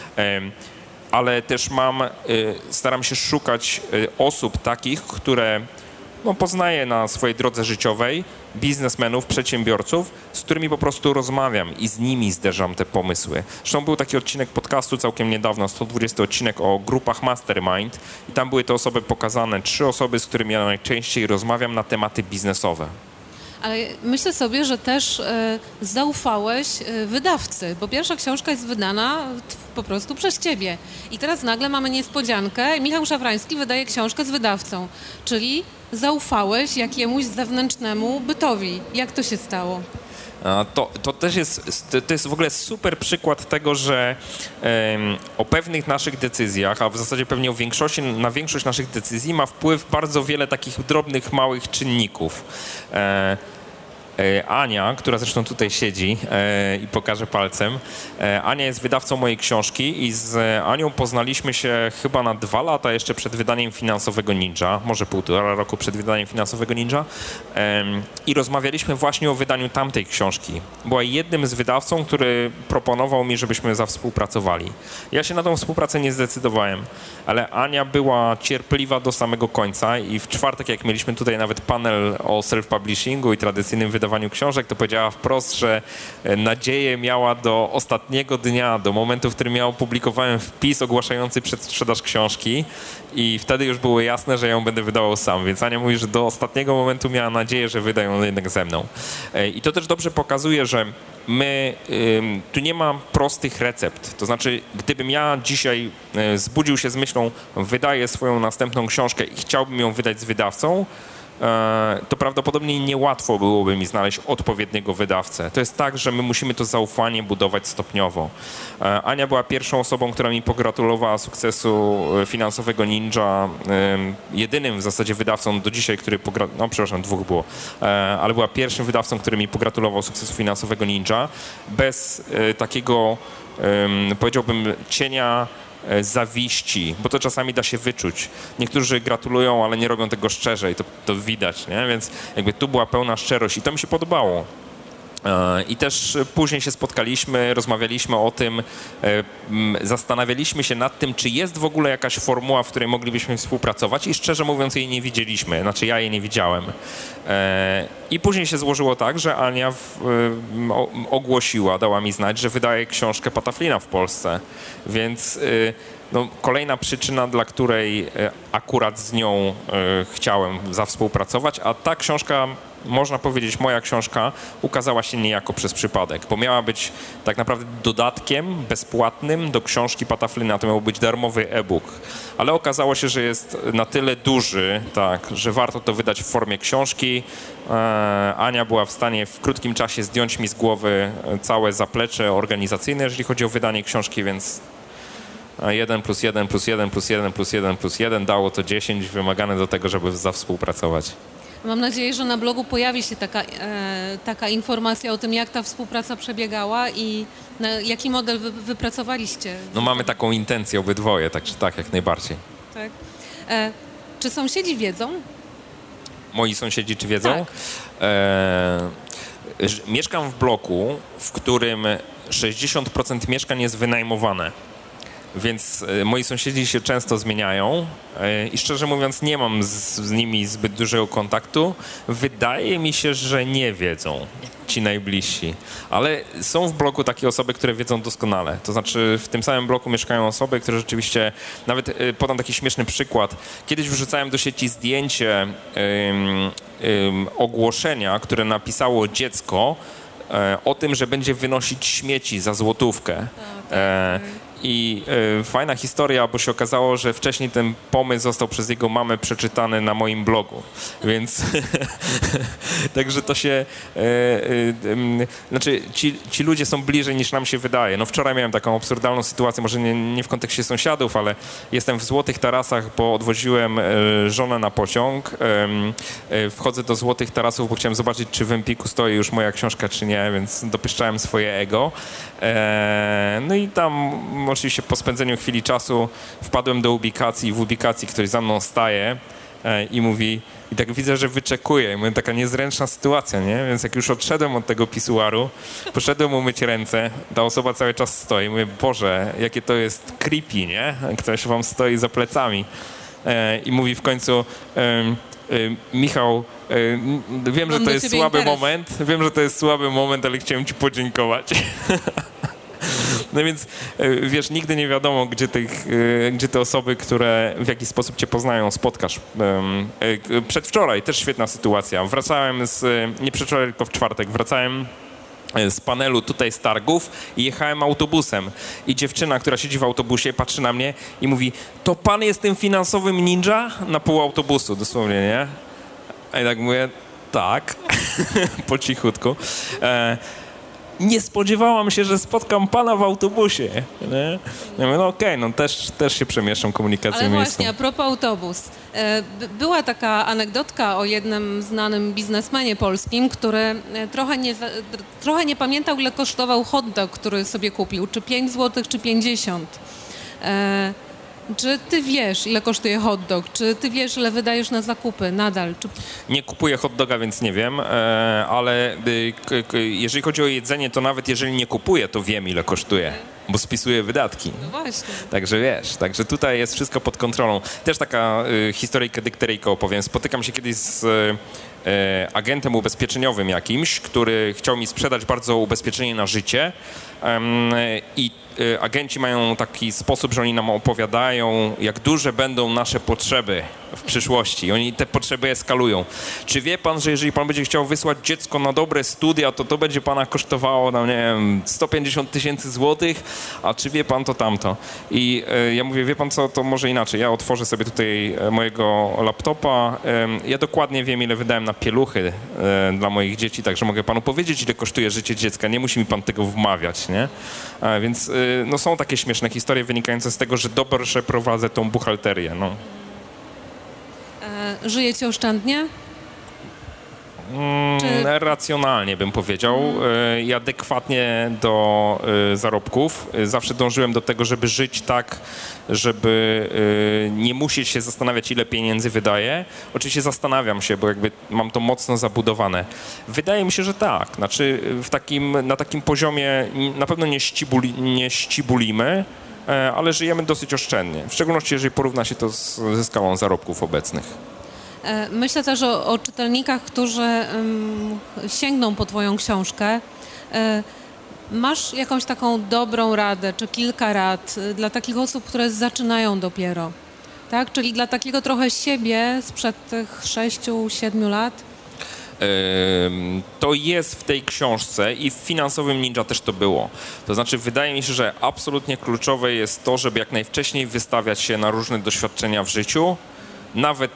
Ale też staram się szukać osób takich, które poznaję na swojej drodze życiowej, biznesmenów, przedsiębiorców, z którymi po prostu rozmawiam i z nimi zderzam te pomysły. Zresztą był taki odcinek podcastu całkiem niedawno, 120 odcinek o grupach Mastermind i tam były te osoby pokazane, 3 osoby, z którymi ja najczęściej rozmawiam na tematy biznesowe. Ale myślę sobie, że też zaufałeś wydawcy, bo pierwsza książka jest wydana po prostu przez ciebie. I teraz nagle mamy niespodziankę. Michał Szafrański wydaje książkę z wydawcą, czyli zaufałeś jakiemuś zewnętrznemu bytowi. Jak to się stało? To też jest w ogóle super przykład tego, że o pewnych naszych decyzjach, a w zasadzie pewnie na większość naszych decyzji ma wpływ bardzo wiele takich drobnych, małych czynników. Ania, która zresztą tutaj siedzi i pokaże palcem. Ania jest wydawcą mojej książki i z Anią poznaliśmy się chyba na 2 lata jeszcze przed wydaniem Finansowego Ninja, może 1,5 roku przed wydaniem Finansowego Ninja i rozmawialiśmy właśnie o wydaniu tamtej książki. Była jednym z wydawcą, który proponował mi, żebyśmy zawspółpracowali. Ja się na tą współpracę nie zdecydowałem, ale Ania była cierpliwa do samego końca i w czwartek, jak mieliśmy tutaj nawet panel o self-publishingu i tradycyjnym wydawaniu książek, to powiedziała wprost, że nadzieję miała do ostatniego dnia, do momentu, w którym ja opublikowałem wpis ogłaszający przedsprzedaż książki i wtedy już było jasne, że ją będę wydawał sam, więc Ania mówi, że do ostatniego momentu miała nadzieję, że wyda ją jednak ze mną. I to też dobrze pokazuje, że tu nie ma prostych recept. To znaczy, gdybym ja dzisiaj zbudził się z myślą, wydaję swoją następną książkę i chciałbym ją wydać z wydawcą, to prawdopodobnie niełatwo byłoby mi znaleźć odpowiedniego wydawcę. To jest tak, że my musimy to zaufanie budować stopniowo. Ania była pierwszą osobą, która mi pogratulowała sukcesu finansowego Ninja. Jedynym w zasadzie wydawcą do dzisiaj, który dwóch było, ale była pierwszym wydawcą, który mi pogratulował sukcesu finansowego Ninja. Bez takiego, powiedziałbym, cienia zawiści, bo to czasami da się wyczuć. Niektórzy gratulują, ale nie robią tego szczerze i to widać, nie? Więc jakby tu była pełna szczerość i to mi się podobało. I też później się spotkaliśmy, rozmawialiśmy o tym, zastanawialiśmy się nad tym, czy jest w ogóle jakaś formuła, w której moglibyśmy współpracować i szczerze mówiąc jej nie widzieliśmy, znaczy ja jej nie widziałem. I później się złożyło tak, że Ania ogłosiła, dała mi znać, że wydaje książkę Pataflina w Polsce, więc kolejna przyczyna, dla której akurat z nią chciałem zawspółpracować, a ta książka, można powiedzieć, moja książka ukazała się niejako przez przypadek, bo miała być tak naprawdę dodatkiem bezpłatnym do książki Pataflina, to miał być darmowy e-book, ale okazało się, że jest na tyle duży, tak, że warto to wydać w formie książki. Ania była w stanie w krótkim czasie zdjąć mi z głowy całe zaplecze organizacyjne, jeżeli chodzi o wydanie książki, więc 1 + 1 + 1 + 1 + 1 + 1 dało to 10 wymagane do tego, żeby zawspółpracować. Mam nadzieję, że na blogu pojawi się taka informacja o tym, jak ta współpraca przebiegała i jaki model wypracowaliście. Mamy taką intencję obydwoje, także tak, jak najbardziej. Tak. Czy sąsiedzi wiedzą? Moi sąsiedzi czy wiedzą? Tak. Mieszkam w bloku, w którym 60% mieszkań jest wynajmowane. Więc moi sąsiedzi się często zmieniają i szczerze mówiąc nie mam z nimi zbyt dużego kontaktu. Wydaje mi się, że nie wiedzą ci najbliżsi, ale są w bloku takie osoby, które wiedzą doskonale. To znaczy w tym samym bloku mieszkają osoby, które rzeczywiście, nawet podam taki śmieszny przykład. Kiedyś wrzucałem do sieci zdjęcie ogłoszenia, które napisało dziecko o tym, że będzie wynosić śmieci za złotówkę. I fajna historia, bo się okazało, że wcześniej ten pomysł został przez jego mamę przeczytany na moim blogu, więc także to się, znaczy ci ludzie są bliżej niż nam się wydaje. Wczoraj miałem taką absurdalną sytuację, może nie w kontekście sąsiadów, ale jestem w Złotych Tarasach, bo odwoziłem żonę na pociąg. Wchodzę do Złotych Tarasów, bo chciałem zobaczyć, czy w Empiku stoi już moja książka, czy nie, więc dopieszczałem swoje ego. No i tam oczywiście po spędzeniu chwili czasu wpadłem do ubikacji i w ubikacji ktoś za mną staje i mówi, i tak widzę, że wyczekuje. I mówię, taka niezręczna sytuacja, nie? Więc jak już odszedłem od tego pisuaru, poszedłem umyć ręce, ta osoba cały czas stoi. Mówię, Boże, jakie to jest creepy, nie? Ktoś wam stoi za plecami. I mówi w końcu, Michał, wiem, że to jest słaby moment, ale chciałem ci podziękować. No więc, wiesz, nigdy nie wiadomo, gdzie te osoby, które w jakiś sposób cię poznają, spotkasz. Przedwczoraj też świetna sytuacja. Nie przedwczoraj, tylko w czwartek, wracałem z panelu tutaj z targów i jechałem autobusem. I dziewczyna, która siedzi w autobusie, patrzy na mnie i mówi, to pan jest tym finansowym ninja? Na pół autobusu, dosłownie, nie? A ja tak mówię, tak, po cichutku. Nie spodziewałam się, że spotkam pana w autobusie. Nie? Ja mówię, okej, też się przemieszczam komunikacją miejską. Ale właśnie, a propos autobus. Była taka anegdotka o jednym znanym biznesmenie polskim, który trochę nie pamiętał, ile kosztował hot dog, który sobie kupił. Czy 5 zł, czy 50. Czy ty wiesz, ile kosztuje hot dog? Czy ty wiesz, ile wydajesz na zakupy nadal? Nie kupuję hot doga, więc nie wiem, ale jeżeli chodzi o jedzenie, to nawet jeżeli nie kupuję, to wiem, ile kosztuje, bo spisuję wydatki. No właśnie. Także wiesz, także tutaj jest wszystko pod kontrolą. Też taka historyjkę dykteryjkę opowiem. Spotykam się kiedyś z agentem ubezpieczeniowym jakimś, który chciał mi sprzedać bardzo ubezpieczenie na życie i agenci mają taki sposób, że oni nam opowiadają, jak duże będą nasze potrzeby w przyszłości. Oni te potrzeby eskalują. Czy wie pan, że jeżeli pan będzie chciał wysłać dziecko na dobre studia, to będzie pana kosztowało, no nie wiem, 150 000 złotych, a czy wie pan to tamto? I ja mówię, wie pan co, to może inaczej. Ja otworzę sobie tutaj mojego laptopa. Ja dokładnie wiem, ile wydałem na pieluchy dla moich dzieci, także mogę panu powiedzieć, ile kosztuje życie dziecka. Nie musi mi pan tego wmawiać, nie? Więc no, są takie śmieszne historie wynikające z tego, że dobrze prowadzę tą buchalterię. No. Żyjecie oszczędnie? Racjonalnie bym powiedział i adekwatnie do zarobków. Zawsze dążyłem do tego, żeby żyć tak, żeby nie musieć się zastanawiać, ile pieniędzy wydaję. Oczywiście zastanawiam się, bo jakby mam to mocno zabudowane. Wydaje mi się, że tak. Znaczy na takim poziomie na pewno nie ścibulimy, ale żyjemy dosyć oszczędnie. W szczególności, jeżeli porówna się to ze skalą zarobków obecnych. Myślę też o czytelnikach, którzy sięgną po twoją książkę. Masz jakąś taką dobrą radę, czy kilka rad dla takich osób, które zaczynają dopiero, tak? Czyli dla takiego trochę siebie sprzed tych 6-7 lat? To jest w tej książce i w Finansowym Ninja też to było. To znaczy wydaje mi się, że absolutnie kluczowe jest to, żeby jak najwcześniej wystawiać się na różne doświadczenia w życiu, nawet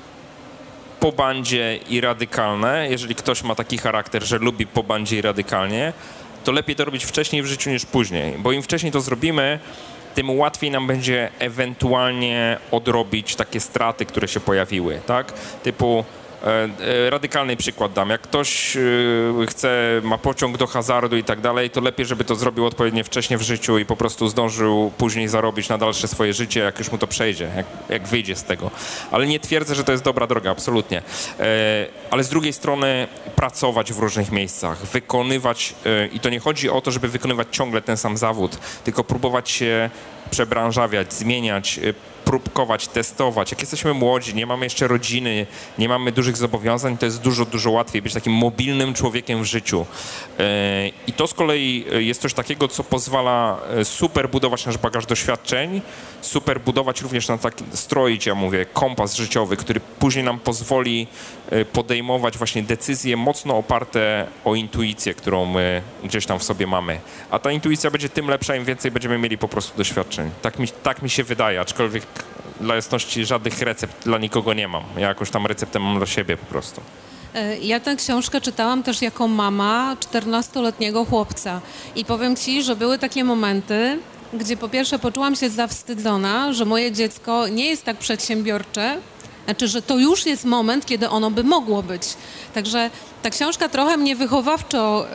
po bandzie i radykalne. Jeżeli ktoś ma taki charakter, że lubi po bandzie i radykalnie, to lepiej to robić wcześniej w życiu niż później, bo im wcześniej to zrobimy, tym łatwiej nam będzie ewentualnie odrobić takie straty, które się pojawiły, tak? Typu radykalny przykład dam. Jak ktoś ma pociąg do hazardu i tak dalej, to lepiej, żeby to zrobił odpowiednio wcześnie w życiu i po prostu zdążył później zarobić na dalsze swoje życie, jak już mu to przejdzie, jak wyjdzie z tego. Ale nie twierdzę, że to jest dobra droga, absolutnie. Ale z drugiej strony pracować w różnych miejscach, wykonywać, i to nie chodzi o to, żeby wykonywać ciągle ten sam zawód, tylko próbować się przebranżawiać, zmieniać, próbkować, testować. Jak jesteśmy młodzi, nie mamy jeszcze rodziny, nie mamy dużych zobowiązań, to jest dużo, dużo łatwiej być takim mobilnym człowiekiem w życiu. I to z kolei jest coś takiego, co pozwala super budować nasz bagaż doświadczeń, super budować również stroić, ja mówię, kompas życiowy, który później nam pozwoli podejmować właśnie decyzje mocno oparte o intuicję, którą my gdzieś tam w sobie mamy. A ta intuicja będzie tym lepsza, im więcej będziemy mieli po prostu doświadczeń. Tak mi się wydaje, aczkolwiek dla jasności żadnych recept dla nikogo nie mam. Ja jakąś tam receptę mam dla siebie po prostu. Ja tę książkę czytałam też jako mama 14-letniego chłopca i powiem ci, że były takie momenty, gdzie po pierwsze poczułam się zawstydzona, że moje dziecko nie jest tak przedsiębiorcze, znaczy, że to już jest moment, kiedy ono by mogło być. Także ta książka trochę mnie wychowawczo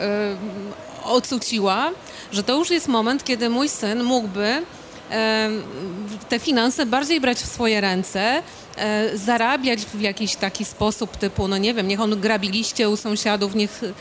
ocuciła, że to już jest moment, kiedy mój syn mógłby te finanse bardziej brać w swoje ręce, zarabiać w jakiś taki sposób typu, no nie wiem, niech on grabi liście u sąsiadów,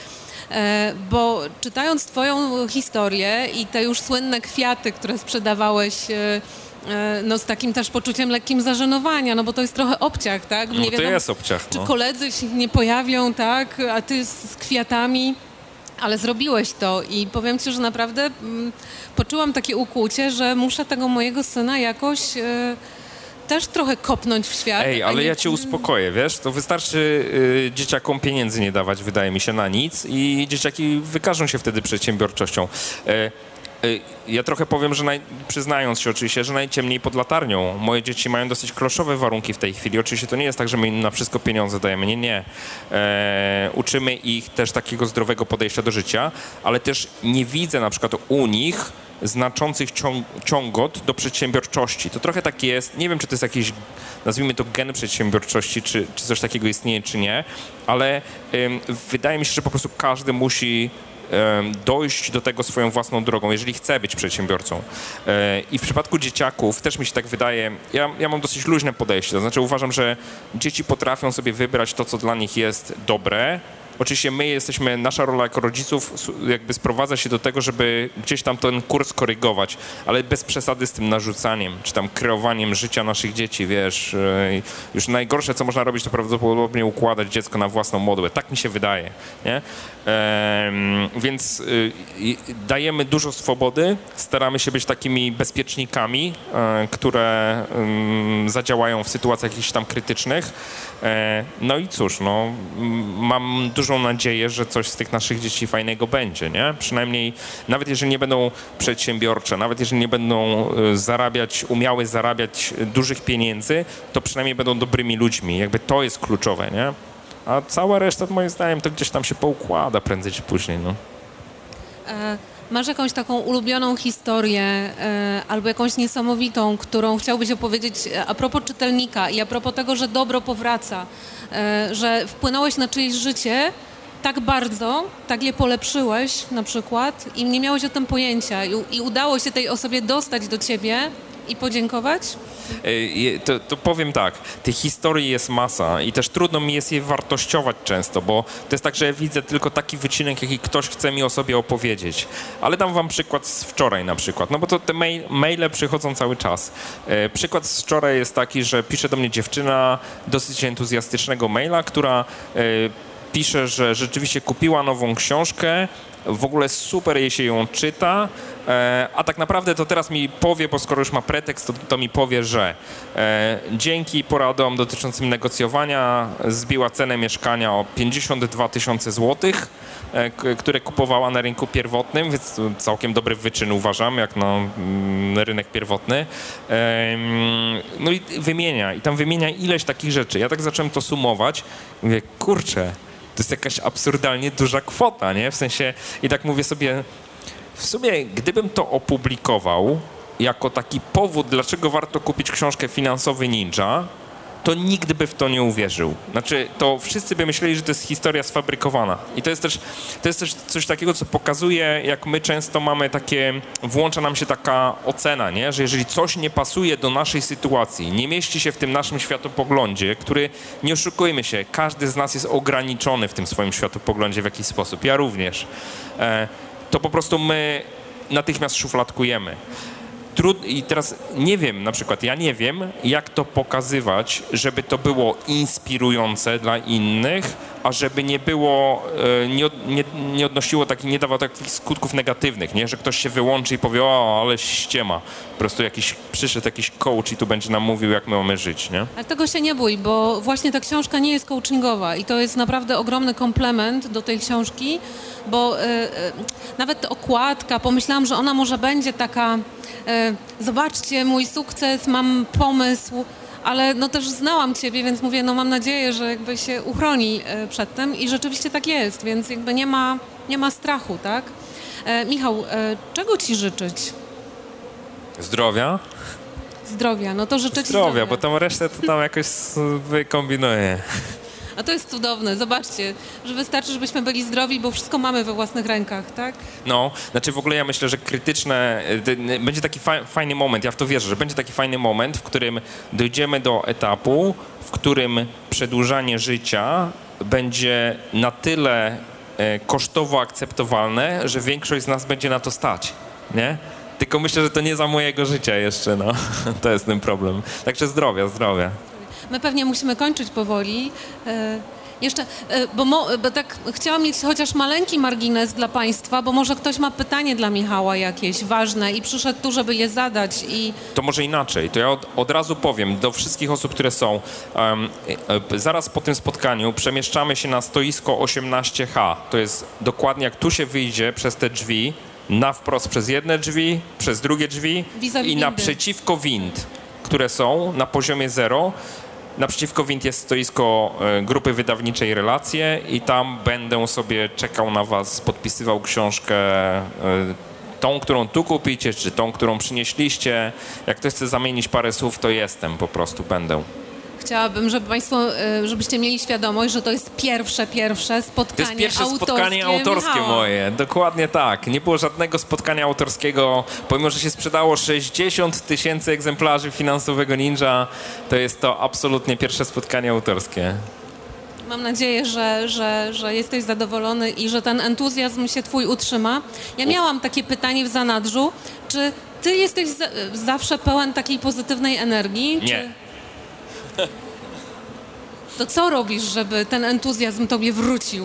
bo czytając twoją historię i te już słynne kwiaty, które sprzedawałeś no z takim też poczuciem lekkim zażenowania, no bo to jest trochę obciach, tak? Nie wiadomo, to jest obciach. Czy koledzy się nie pojawią, tak? A ty z kwiatami, ale zrobiłeś to i powiem ci, że naprawdę poczułam takie ukłucie, że muszę tego mojego syna jakoś też trochę kopnąć w świat. Ej, ale ja cię uspokoję, wiesz? To wystarczy dzieciakom pieniędzy nie dawać, wydaje mi się, na nic i dzieciaki wykażą się wtedy przedsiębiorczością. Ja trochę powiem, że przyznając się oczywiście, że najciemniej pod latarnią. Moje dzieci mają dosyć kloszowe warunki w tej chwili. Oczywiście to nie jest tak, że my im na wszystko pieniądze dajemy. Nie. Uczymy ich też takiego zdrowego podejścia do życia, ale też nie widzę na przykład u nich znaczących ciągot do przedsiębiorczości. To trochę tak jest. Nie wiem, czy to jest jakiś, nazwijmy to, gen przedsiębiorczości, czy coś takiego istnieje, czy nie, ale wydaje mi się, że po prostu każdy musi dojść do tego swoją własną drogą, jeżeli chce być przedsiębiorcą. I w przypadku dzieciaków też mi się tak wydaje, ja mam dosyć luźne podejście, to znaczy uważam, że dzieci potrafią sobie wybrać to, co dla nich jest dobre oczywiście nasza rola jako rodziców jakby sprowadza się do tego, żeby gdzieś tam ten kurs korygować, ale bez przesady z tym narzucaniem, czy tam kreowaniem życia naszych dzieci, wiesz. Już najgorsze, co można robić, to prawdopodobnie układać dziecko na własną modłę. Tak mi się wydaje, nie? Więc dajemy dużo swobody, staramy się być takimi bezpiecznikami, które zadziałają w sytuacjach jakichś tam krytycznych. No i cóż, no, mam dużą nadzieję, że coś z tych naszych dzieci fajnego będzie, nie? Przynajmniej nawet jeżeli nie będą przedsiębiorcze, nawet jeżeli nie będą umiały zarabiać dużych pieniędzy, to przynajmniej będą dobrymi ludźmi. Jakby to jest kluczowe, nie? A cała reszta, moim zdaniem, to gdzieś tam się poukłada prędzej czy później, no. Masz jakąś taką ulubioną historię albo jakąś niesamowitą, którą chciałbyś opowiedzieć a propos czytelnika i a propos tego, że dobro powraca, że wpłynąłeś na czyjeś życie tak bardzo, tak je polepszyłeś na przykład i nie miałeś o tym pojęcia i udało się tej osobie dostać do ciebie i podziękować? To powiem tak, tych historii jest masa i też trudno mi jest je wartościować często, bo to jest tak, że ja widzę tylko taki wycinek, jaki ktoś chce mi o sobie opowiedzieć. Ale dam wam przykład z wczoraj na przykład, no bo to te maile przychodzą cały czas. Przykład z wczoraj jest taki, że pisze do mnie dziewczyna dosyć entuzjastycznego maila, która pisze, że rzeczywiście kupiła nową książkę, w ogóle super jej się ją czyta, a tak naprawdę to teraz mi powie, bo skoro już ma pretekst, to mi powie, że dzięki poradom dotyczącym negocjowania zbiła cenę mieszkania o 52 000 złotych, które kupowała na rynku pierwotnym, więc to całkiem dobry wyczyn uważam, jak na rynek pierwotny. No i tam wymienia ileś takich rzeczy. Ja tak zacząłem to sumować, mówię, kurczę, to jest jakaś absurdalnie duża kwota, nie? W sensie, i tak mówię sobie, w sumie gdybym to opublikował jako taki powód, dlaczego warto kupić książkę Finansowy Ninja, to nikt by w to nie uwierzył. Znaczy, to wszyscy by myśleli, że to jest historia sfabrykowana. I to jest też coś takiego, co pokazuje, jak my często mamy włącza nam się taka ocena, nie? Że jeżeli coś nie pasuje do naszej sytuacji, nie mieści się w tym naszym światopoglądzie, który, nie oszukujmy się, każdy z nas jest ograniczony w tym swoim światopoglądzie w jakiś sposób, ja również, to po prostu my natychmiast szufladkujemy. I teraz nie wiem, na przykład ja nie wiem, jak to pokazywać, żeby to było inspirujące dla innych, a żeby nie było, nie odnosiło nie dawało takich skutków negatywnych, nie? Że ktoś się wyłączy i powie, o, ale ściema. Po prostu przyszedł jakiś coach i tu będzie nam mówił, jak my mamy żyć, nie? Ale tego się nie bój, bo właśnie ta książka nie jest coachingowa i to jest naprawdę ogromny komplement do tej książki, bo nawet okładka, pomyślałam, że ona może będzie taka, zobaczcie, mój sukces, mam pomysł, ale no też znałam ciebie, więc mówię, no mam nadzieję, że jakby się uchroni przed tym i rzeczywiście tak jest, więc jakby nie ma strachu, tak? Michał, czego ci życzyć? Zdrowia? Zdrowia, no to życzę ci zdrowia. Bo tą resztę to tam jakoś wykombinuję. A to jest cudowne, zobaczcie, że wystarczy, żebyśmy byli zdrowi, bo wszystko mamy we własnych rękach, tak? No, znaczy w ogóle ja myślę, że będzie taki fajny moment, ja w to wierzę, że będzie taki fajny moment, w którym dojdziemy do etapu, w którym przedłużanie życia będzie na tyle kosztowo akceptowalne, że większość z nas będzie na to stać, nie? Tylko myślę, że to nie za mojego życia jeszcze, no. To jest ten problem. Także zdrowia. My pewnie musimy kończyć powoli. Jeszcze, bo tak chciałam mieć chociaż maleńki margines dla Państwa, bo może ktoś ma pytanie dla Michała jakieś ważne i przyszedł tu, żeby je zadać. To może inaczej. To ja od razu powiem do wszystkich osób, które są. Zaraz po tym spotkaniu przemieszczamy się na stoisko 18H. To jest dokładnie jak tu się wyjdzie przez te drzwi, na wprost przez jedne drzwi, przez drugie drzwi i naprzeciwko wind, które są na poziomie 0. Naprzeciwko wind jest stoisko grupy wydawniczej Relacje i tam będę sobie czekał na was, podpisywał książkę, tą, którą tu kupicie, czy tą, którą przynieśliście. Jak ktoś chce zamienić parę słów, to jestem, po prostu będę. Chciałabym, żeby Państwo, żebyście mieli świadomość, że to jest pierwsze spotkanie To jest pierwsze spotkanie autorskie Michała. moje, dokładnie tak. Nie było żadnego spotkania autorskiego, pomimo, że się sprzedało 60 000 egzemplarzy Finansowego Ninja, to jest to absolutnie pierwsze spotkanie autorskie. Mam nadzieję, że jesteś zadowolony i że ten entuzjazm się twój utrzyma. Ja miałam takie pytanie w zanadrzu. Czy ty jesteś zawsze pełen takiej pozytywnej energii? Nie. To co robisz, żeby ten entuzjazm tobie wrócił?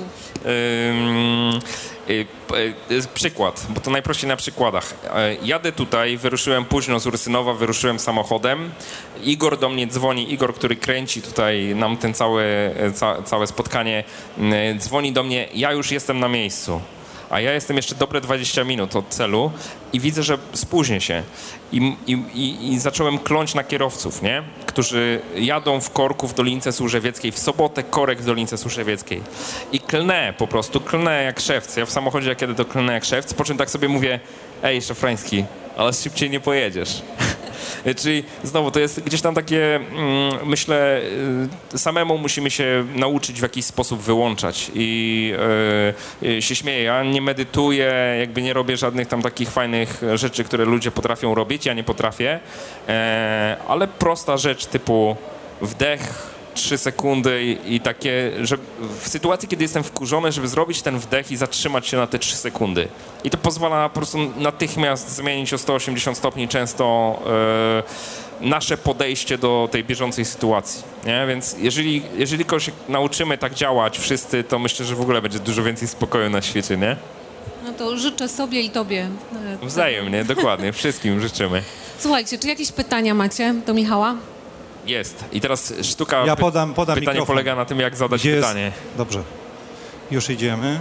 Przykład, bo to najprościej na przykładach. Jadę tutaj, wyruszyłem późno z Ursynowa, wyruszyłem samochodem. Igor do mnie dzwoni, Igor, który kręci tutaj nam ten całe spotkanie, dzwoni do mnie, ja już jestem na miejscu. A ja jestem jeszcze dobre 20 minut od celu i widzę, że spóźnię się. I zacząłem kląć na kierowców, nie? Którzy jadą w korku w Dolince Służewieckiej, w sobotę korek w Dolince Służewieckiej. I klnę po prostu, klnę jak szewc. Ja w samochodzie, jak jedę, to klnę jak szewc, po czym tak sobie mówię, ej, Szafrański, ale szybciej nie pojedziesz. Czyli znowu to jest gdzieś tam takie, myślę, samemu musimy się nauczyć w jakiś sposób wyłączać i się śmieję. Ja nie medytuję, jakby nie robię żadnych tam takich fajnych rzeczy, które ludzie potrafią robić, ja nie potrafię, ale prosta rzecz typu wdech, 3 sekundy i takie, że w sytuacji, kiedy jestem wkurzony, żeby zrobić ten wdech i zatrzymać się na te 3 sekundy. I to pozwala po prostu natychmiast zmienić o 180 stopni często nasze podejście do tej bieżącej sytuacji. Nie? Więc jeżeli kogoś nauczymy tak działać wszyscy, to myślę, że w ogóle będzie dużo więcej spokoju na świecie, nie? No to życzę sobie i tobie. Wzajemnie, dokładnie. Wszystkim życzymy. Słuchajcie, czy jakieś pytania macie do Michała? Jest. I teraz sztuka Ja podam pytanie mikrofon. polega na tym, jak zadać Gdzie pytanie. Jest? Dobrze. Już idziemy.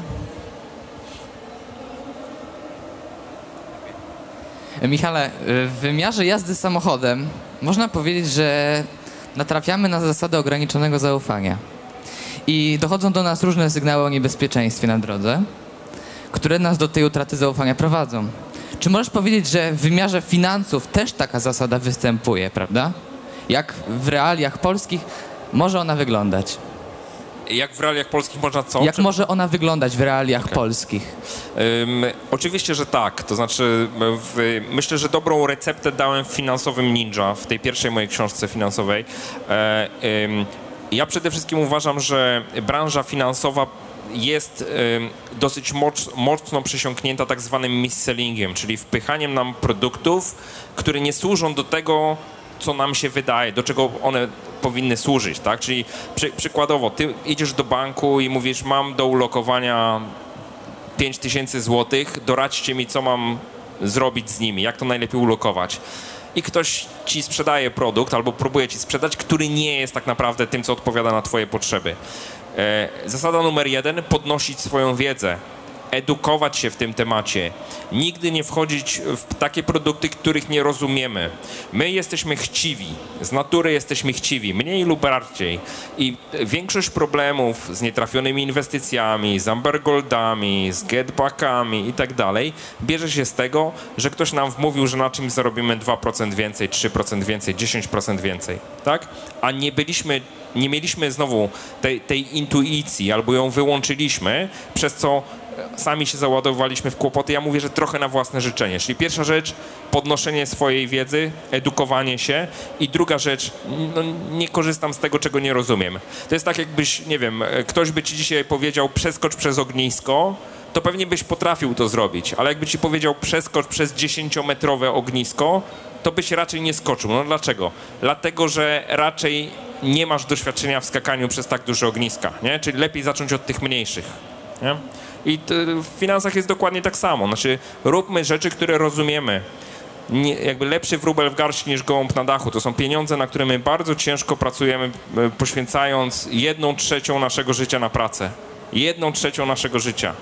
Michale, w wymiarze jazdy samochodem można powiedzieć, że natrafiamy na zasadę ograniczonego zaufania. I dochodzą do nas różne sygnały o niebezpieczeństwie na drodze, które nas do tej utraty zaufania prowadzą. Czy możesz powiedzieć, że w wymiarze finansów też taka zasada występuje, prawda? Jak w realiach polskich może ona wyglądać? Jak w realiach polskich można co? Jak może ona wyglądać w realiach polskich? Oczywiście, że tak. To znaczy, myślę, że dobrą receptę dałem w Finansowym Ninja, w tej pierwszej mojej książce finansowej. Ja przede wszystkim uważam, że branża finansowa jest dosyć mocno przesiąknięta tak zwanym mis-sellingiem, czyli wpychaniem nam produktów, które nie służą do tego, co nam się wydaje, do czego one powinny służyć, tak? Czyli przykładowo, ty idziesz do banku i mówisz, mam do ulokowania 5000 złotych, doradźcie mi, co mam zrobić z nimi, jak to najlepiej ulokować. I ktoś ci sprzedaje produkt albo próbuje ci sprzedać, który nie jest tak naprawdę tym, co odpowiada na twoje potrzeby. Zasada numer 1, podnosić swoją wiedzę. Edukować się w tym temacie. Nigdy nie wchodzić w takie produkty, których nie rozumiemy. My jesteśmy chciwi. Z natury jesteśmy chciwi. Mniej lub bardziej. I większość problemów z nietrafionymi inwestycjami, z Amber Goldami, z getbackami i tak dalej bierze się z tego, że ktoś nam wmówił, że na czymś zarobimy 2% więcej, 3% więcej, 10% więcej. Tak? A nie mieliśmy znowu tej intuicji albo ją wyłączyliśmy, przez co sami się załadowaliśmy w kłopoty. Ja mówię, że trochę na własne życzenie. Czyli pierwsza rzecz, podnoszenie swojej wiedzy, edukowanie się i druga rzecz, nie korzystam z tego, czego nie rozumiem. To jest tak, jakbyś, nie wiem, ktoś by ci dzisiaj powiedział, przeskocz przez ognisko, to pewnie byś potrafił to zrobić, ale jakby ci powiedział, przeskocz przez 10-metrowe ognisko, to byś raczej nie skoczył. No dlaczego? Dlatego, że raczej nie masz doświadczenia w skakaniu przez tak duże ogniska, nie? Czyli lepiej zacząć od tych mniejszych, nie? I w finansach jest dokładnie tak samo. Znaczy, róbmy rzeczy, które rozumiemy. Jakby lepszy wróbel w garści niż gołąb na dachu. To są pieniądze, na które my bardzo ciężko pracujemy, poświęcając 1/3 naszego życia na pracę. 1/3 naszego życia.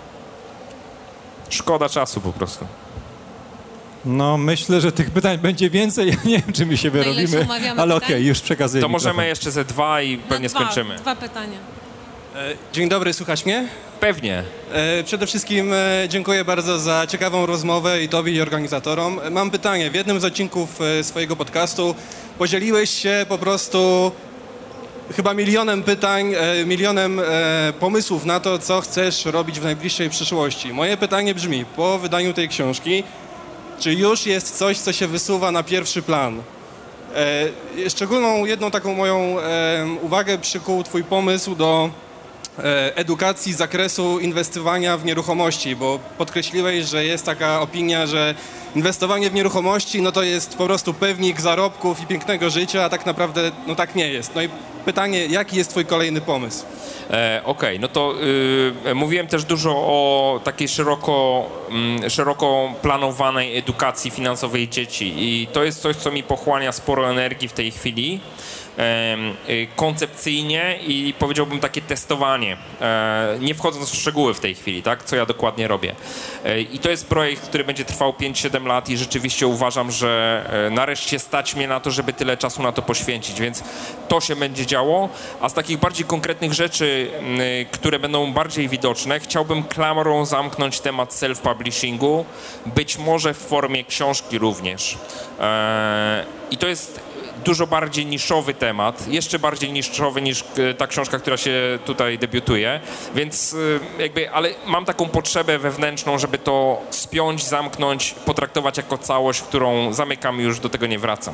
Szkoda czasu po prostu. No, myślę, że tych pytań będzie więcej. Ja nie wiem, czy my się wyrobimy, ale okej, już przekazuję To mikrofon. możemy jeszcze ze 2 i pewnie skończymy. 2 pytania. Dzień dobry, słychać mnie? Pewnie. Przede wszystkim dziękuję bardzo za ciekawą rozmowę i tobie i organizatorom. Mam pytanie. W jednym z odcinków swojego podcastu podzieliłeś się po prostu chyba milionem pytań, milionem pomysłów na to, co chcesz robić w najbliższej przyszłości. Moje pytanie brzmi, po wydaniu tej książki, czy już jest coś, co się wysuwa na pierwszy plan? Szczególną jedną taką moją uwagę przykuł twój pomysł do edukacji z zakresu inwestowania w nieruchomości, bo podkreśliłeś, że jest taka opinia, że inwestowanie w nieruchomości no to jest po prostu pewnik zarobków i pięknego życia, a tak naprawdę no tak nie jest. No i pytanie, jaki jest twój kolejny pomysł? Okej, no to mówiłem też dużo o takiej szeroko planowanej edukacji finansowej dzieci i to jest coś, co mi pochłania sporo energii w tej chwili. Koncepcyjnie i powiedziałbym takie testowanie, nie wchodząc w szczegóły w tej chwili, tak, co ja dokładnie robię. I to jest projekt, który będzie trwał 5-7 lat i rzeczywiście uważam, że nareszcie stać mnie na to, żeby tyle czasu na to poświęcić, więc to się będzie działo, a z takich bardziej konkretnych rzeczy, które będą bardziej widoczne, chciałbym klamrą zamknąć temat self-publishingu, być może w formie książki również. I to jest dużo bardziej niszowy temat, jeszcze bardziej niszowy niż ta książka, która się tutaj debiutuje, więc ale mam taką potrzebę wewnętrzną, żeby to spiąć, zamknąć, potraktować jako całość, którą zamykam i już do tego nie wracam.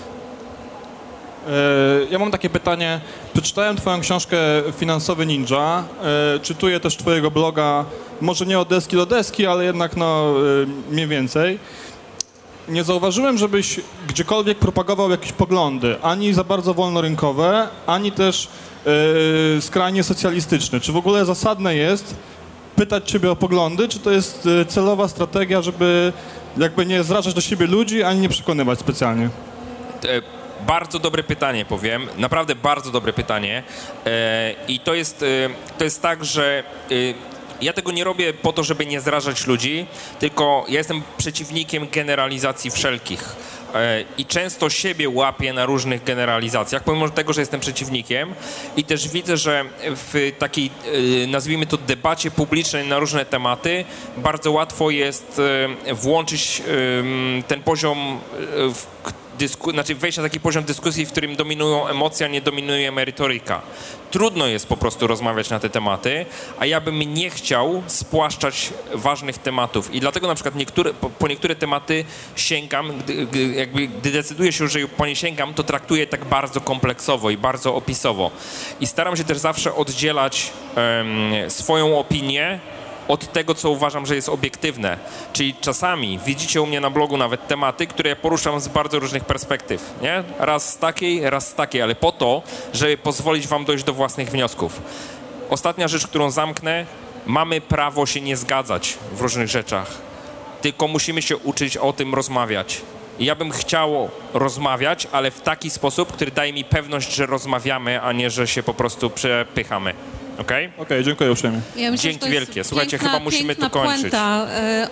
Ja mam takie pytanie. Przeczytałem twoją książkę Finansowy Ninja, czytuję też twojego bloga, może nie od deski do deski, ale jednak mniej więcej. Nie zauważyłem, żebyś gdziekolwiek propagował jakieś poglądy, ani za bardzo wolnorynkowe, ani też skrajnie socjalistyczne. Czy w ogóle zasadne jest pytać ciebie o poglądy, czy to jest celowa strategia, żeby jakby nie zrażać do siebie ludzi, ani nie przekonywać specjalnie? Bardzo dobre pytanie, powiem. Naprawdę bardzo dobre pytanie. I to jest tak, że ja tego nie robię po to, żeby nie zrażać ludzi, tylko ja jestem przeciwnikiem generalizacji wszelkich. I często siebie łapię na różnych generalizacjach, pomimo tego, że jestem przeciwnikiem i też widzę, że w takiej, nazwijmy to, debacie publicznej na różne tematy bardzo łatwo jest włączyć ten poziom wejść na taki poziom dyskusji, w którym dominują emocje, a nie dominuje merytoryka. Trudno jest po prostu rozmawiać na te tematy, a ja bym nie chciał spłaszczać ważnych tematów i dlatego na przykład po niektóre tematy sięgam, gdy decyduję się, że po nie sięgam, to traktuję tak bardzo kompleksowo i bardzo opisowo. I staram się też zawsze oddzielać swoją opinię od tego, co uważam, że jest obiektywne. Czyli czasami widzicie u mnie na blogu nawet tematy, które ja poruszam z bardzo różnych perspektyw, nie? Raz z takiej, ale po to, żeby pozwolić wam dojść do własnych wniosków. Ostatnia rzecz, którą zamknę, mamy prawo się nie zgadzać w różnych rzeczach, tylko musimy się uczyć o tym rozmawiać. I ja bym chciał rozmawiać, ale w taki sposób, który daje mi pewność, że rozmawiamy, a nie, że się po prostu przepychamy. Okej? Okej, dziękuję uprzejmie. Ja myślę, dzięki wielkie. Słuchajcie, chyba musimy tu kończyć. Puenta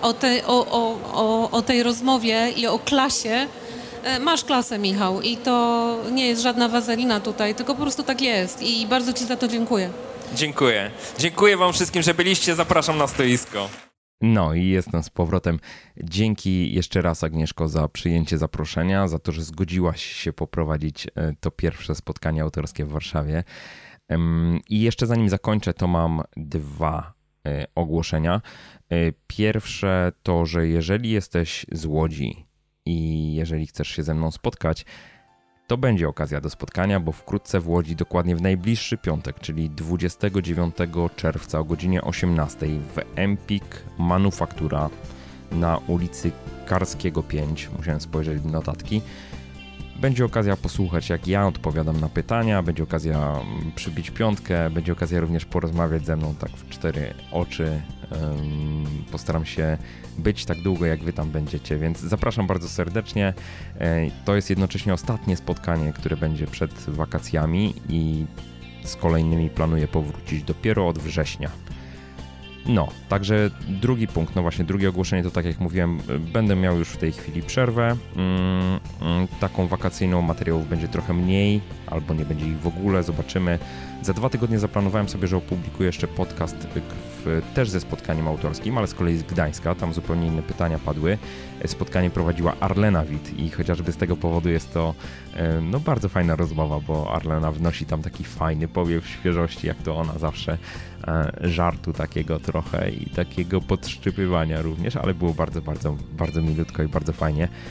o tej rozmowie i o klasie. Masz klasę, Michał, i to nie jest żadna wazelina tutaj, tylko po prostu tak jest i bardzo ci za to dziękuję. Dziękuję. Dziękuję wam wszystkim, że byliście. Zapraszam na stoisko. No i jestem z powrotem. Dzięki jeszcze raz, Agnieszko, za przyjęcie zaproszenia, za to, że zgodziłaś się poprowadzić to pierwsze spotkanie autorskie w Warszawie. I jeszcze zanim zakończę, to mam 2 ogłoszenia. Pierwsze to, że jeżeli jesteś z Łodzi i jeżeli chcesz się ze mną spotkać, to będzie okazja do spotkania, bo wkrótce w Łodzi, dokładnie w najbliższy piątek, czyli 29 czerwca o godzinie 18 w Empik Manufaktura na ulicy Karskiego 5, musiałem spojrzeć w notatki, będzie okazja posłuchać, jak ja odpowiadam na pytania, będzie okazja przybić piątkę, będzie okazja również porozmawiać ze mną tak w 4 oczy. Postaram się być tak długo, jak wy tam będziecie, więc zapraszam bardzo serdecznie. To jest jednocześnie ostatnie spotkanie, które będzie przed wakacjami i z kolejnymi planuję powrócić dopiero od września. No, także drugi punkt, no właśnie drugie ogłoszenie to tak jak mówiłem, będę miał już w tej chwili przerwę, taką wakacyjną, materiałów będzie trochę mniej, albo nie będzie ich w ogóle, zobaczymy. Za 2 tygodnie zaplanowałem sobie, że opublikuję jeszcze podcast też ze spotkaniem autorskim, ale z kolei z Gdańska, tam zupełnie inne pytania padły. Spotkanie prowadziła Arlena Wit i chociażby z tego powodu jest to no bardzo fajna rozmowa, bo Arlena wnosi tam taki fajny powiew świeżości, jak to ona zawsze, żartu takiego trochę i takiego podszczypywania również, ale było bardzo, bardzo, bardzo milutko i bardzo fajnie.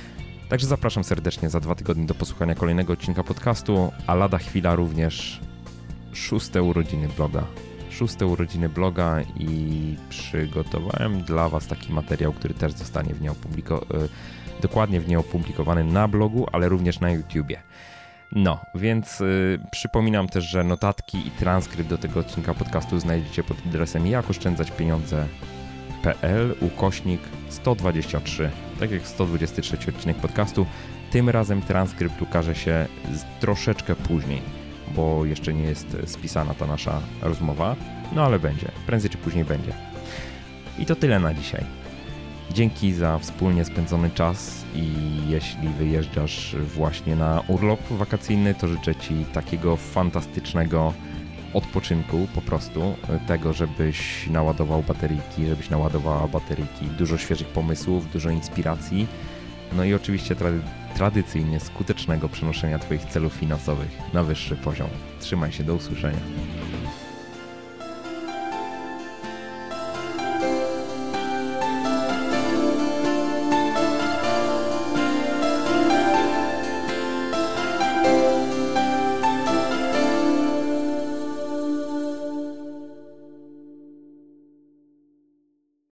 Także zapraszam serdecznie za 2 tygodnie do posłuchania kolejnego odcinka podcastu, a lada chwila również 6. urodziny bloga. 6. urodziny bloga i przygotowałem dla Was taki materiał, który też zostanie dokładnie w niej opublikowany na blogu, ale również na YouTubie. No, więc przypominam też, że notatki i transkrypt do tego odcinka podcastu znajdziecie pod adresem jakoszczędzać.pl/123, tak jak 123 odcinek podcastu. Tym razem transkrypt ukaże się troszeczkę później, bo jeszcze nie jest spisana ta nasza rozmowa, no ale będzie, prędzej czy później będzie. I to tyle na dzisiaj. Dzięki za wspólnie spędzony czas i jeśli wyjeżdżasz właśnie na urlop wakacyjny, to życzę Ci takiego fantastycznego odpoczynku, po prostu tego, żebyś naładował bateryjki, żebyś naładowała bateryjki, dużo świeżych pomysłów, dużo inspiracji, no i oczywiście tradycyjnie skutecznego przenoszenia Twoich celów finansowych na wyższy poziom. Trzymaj się, do usłyszenia.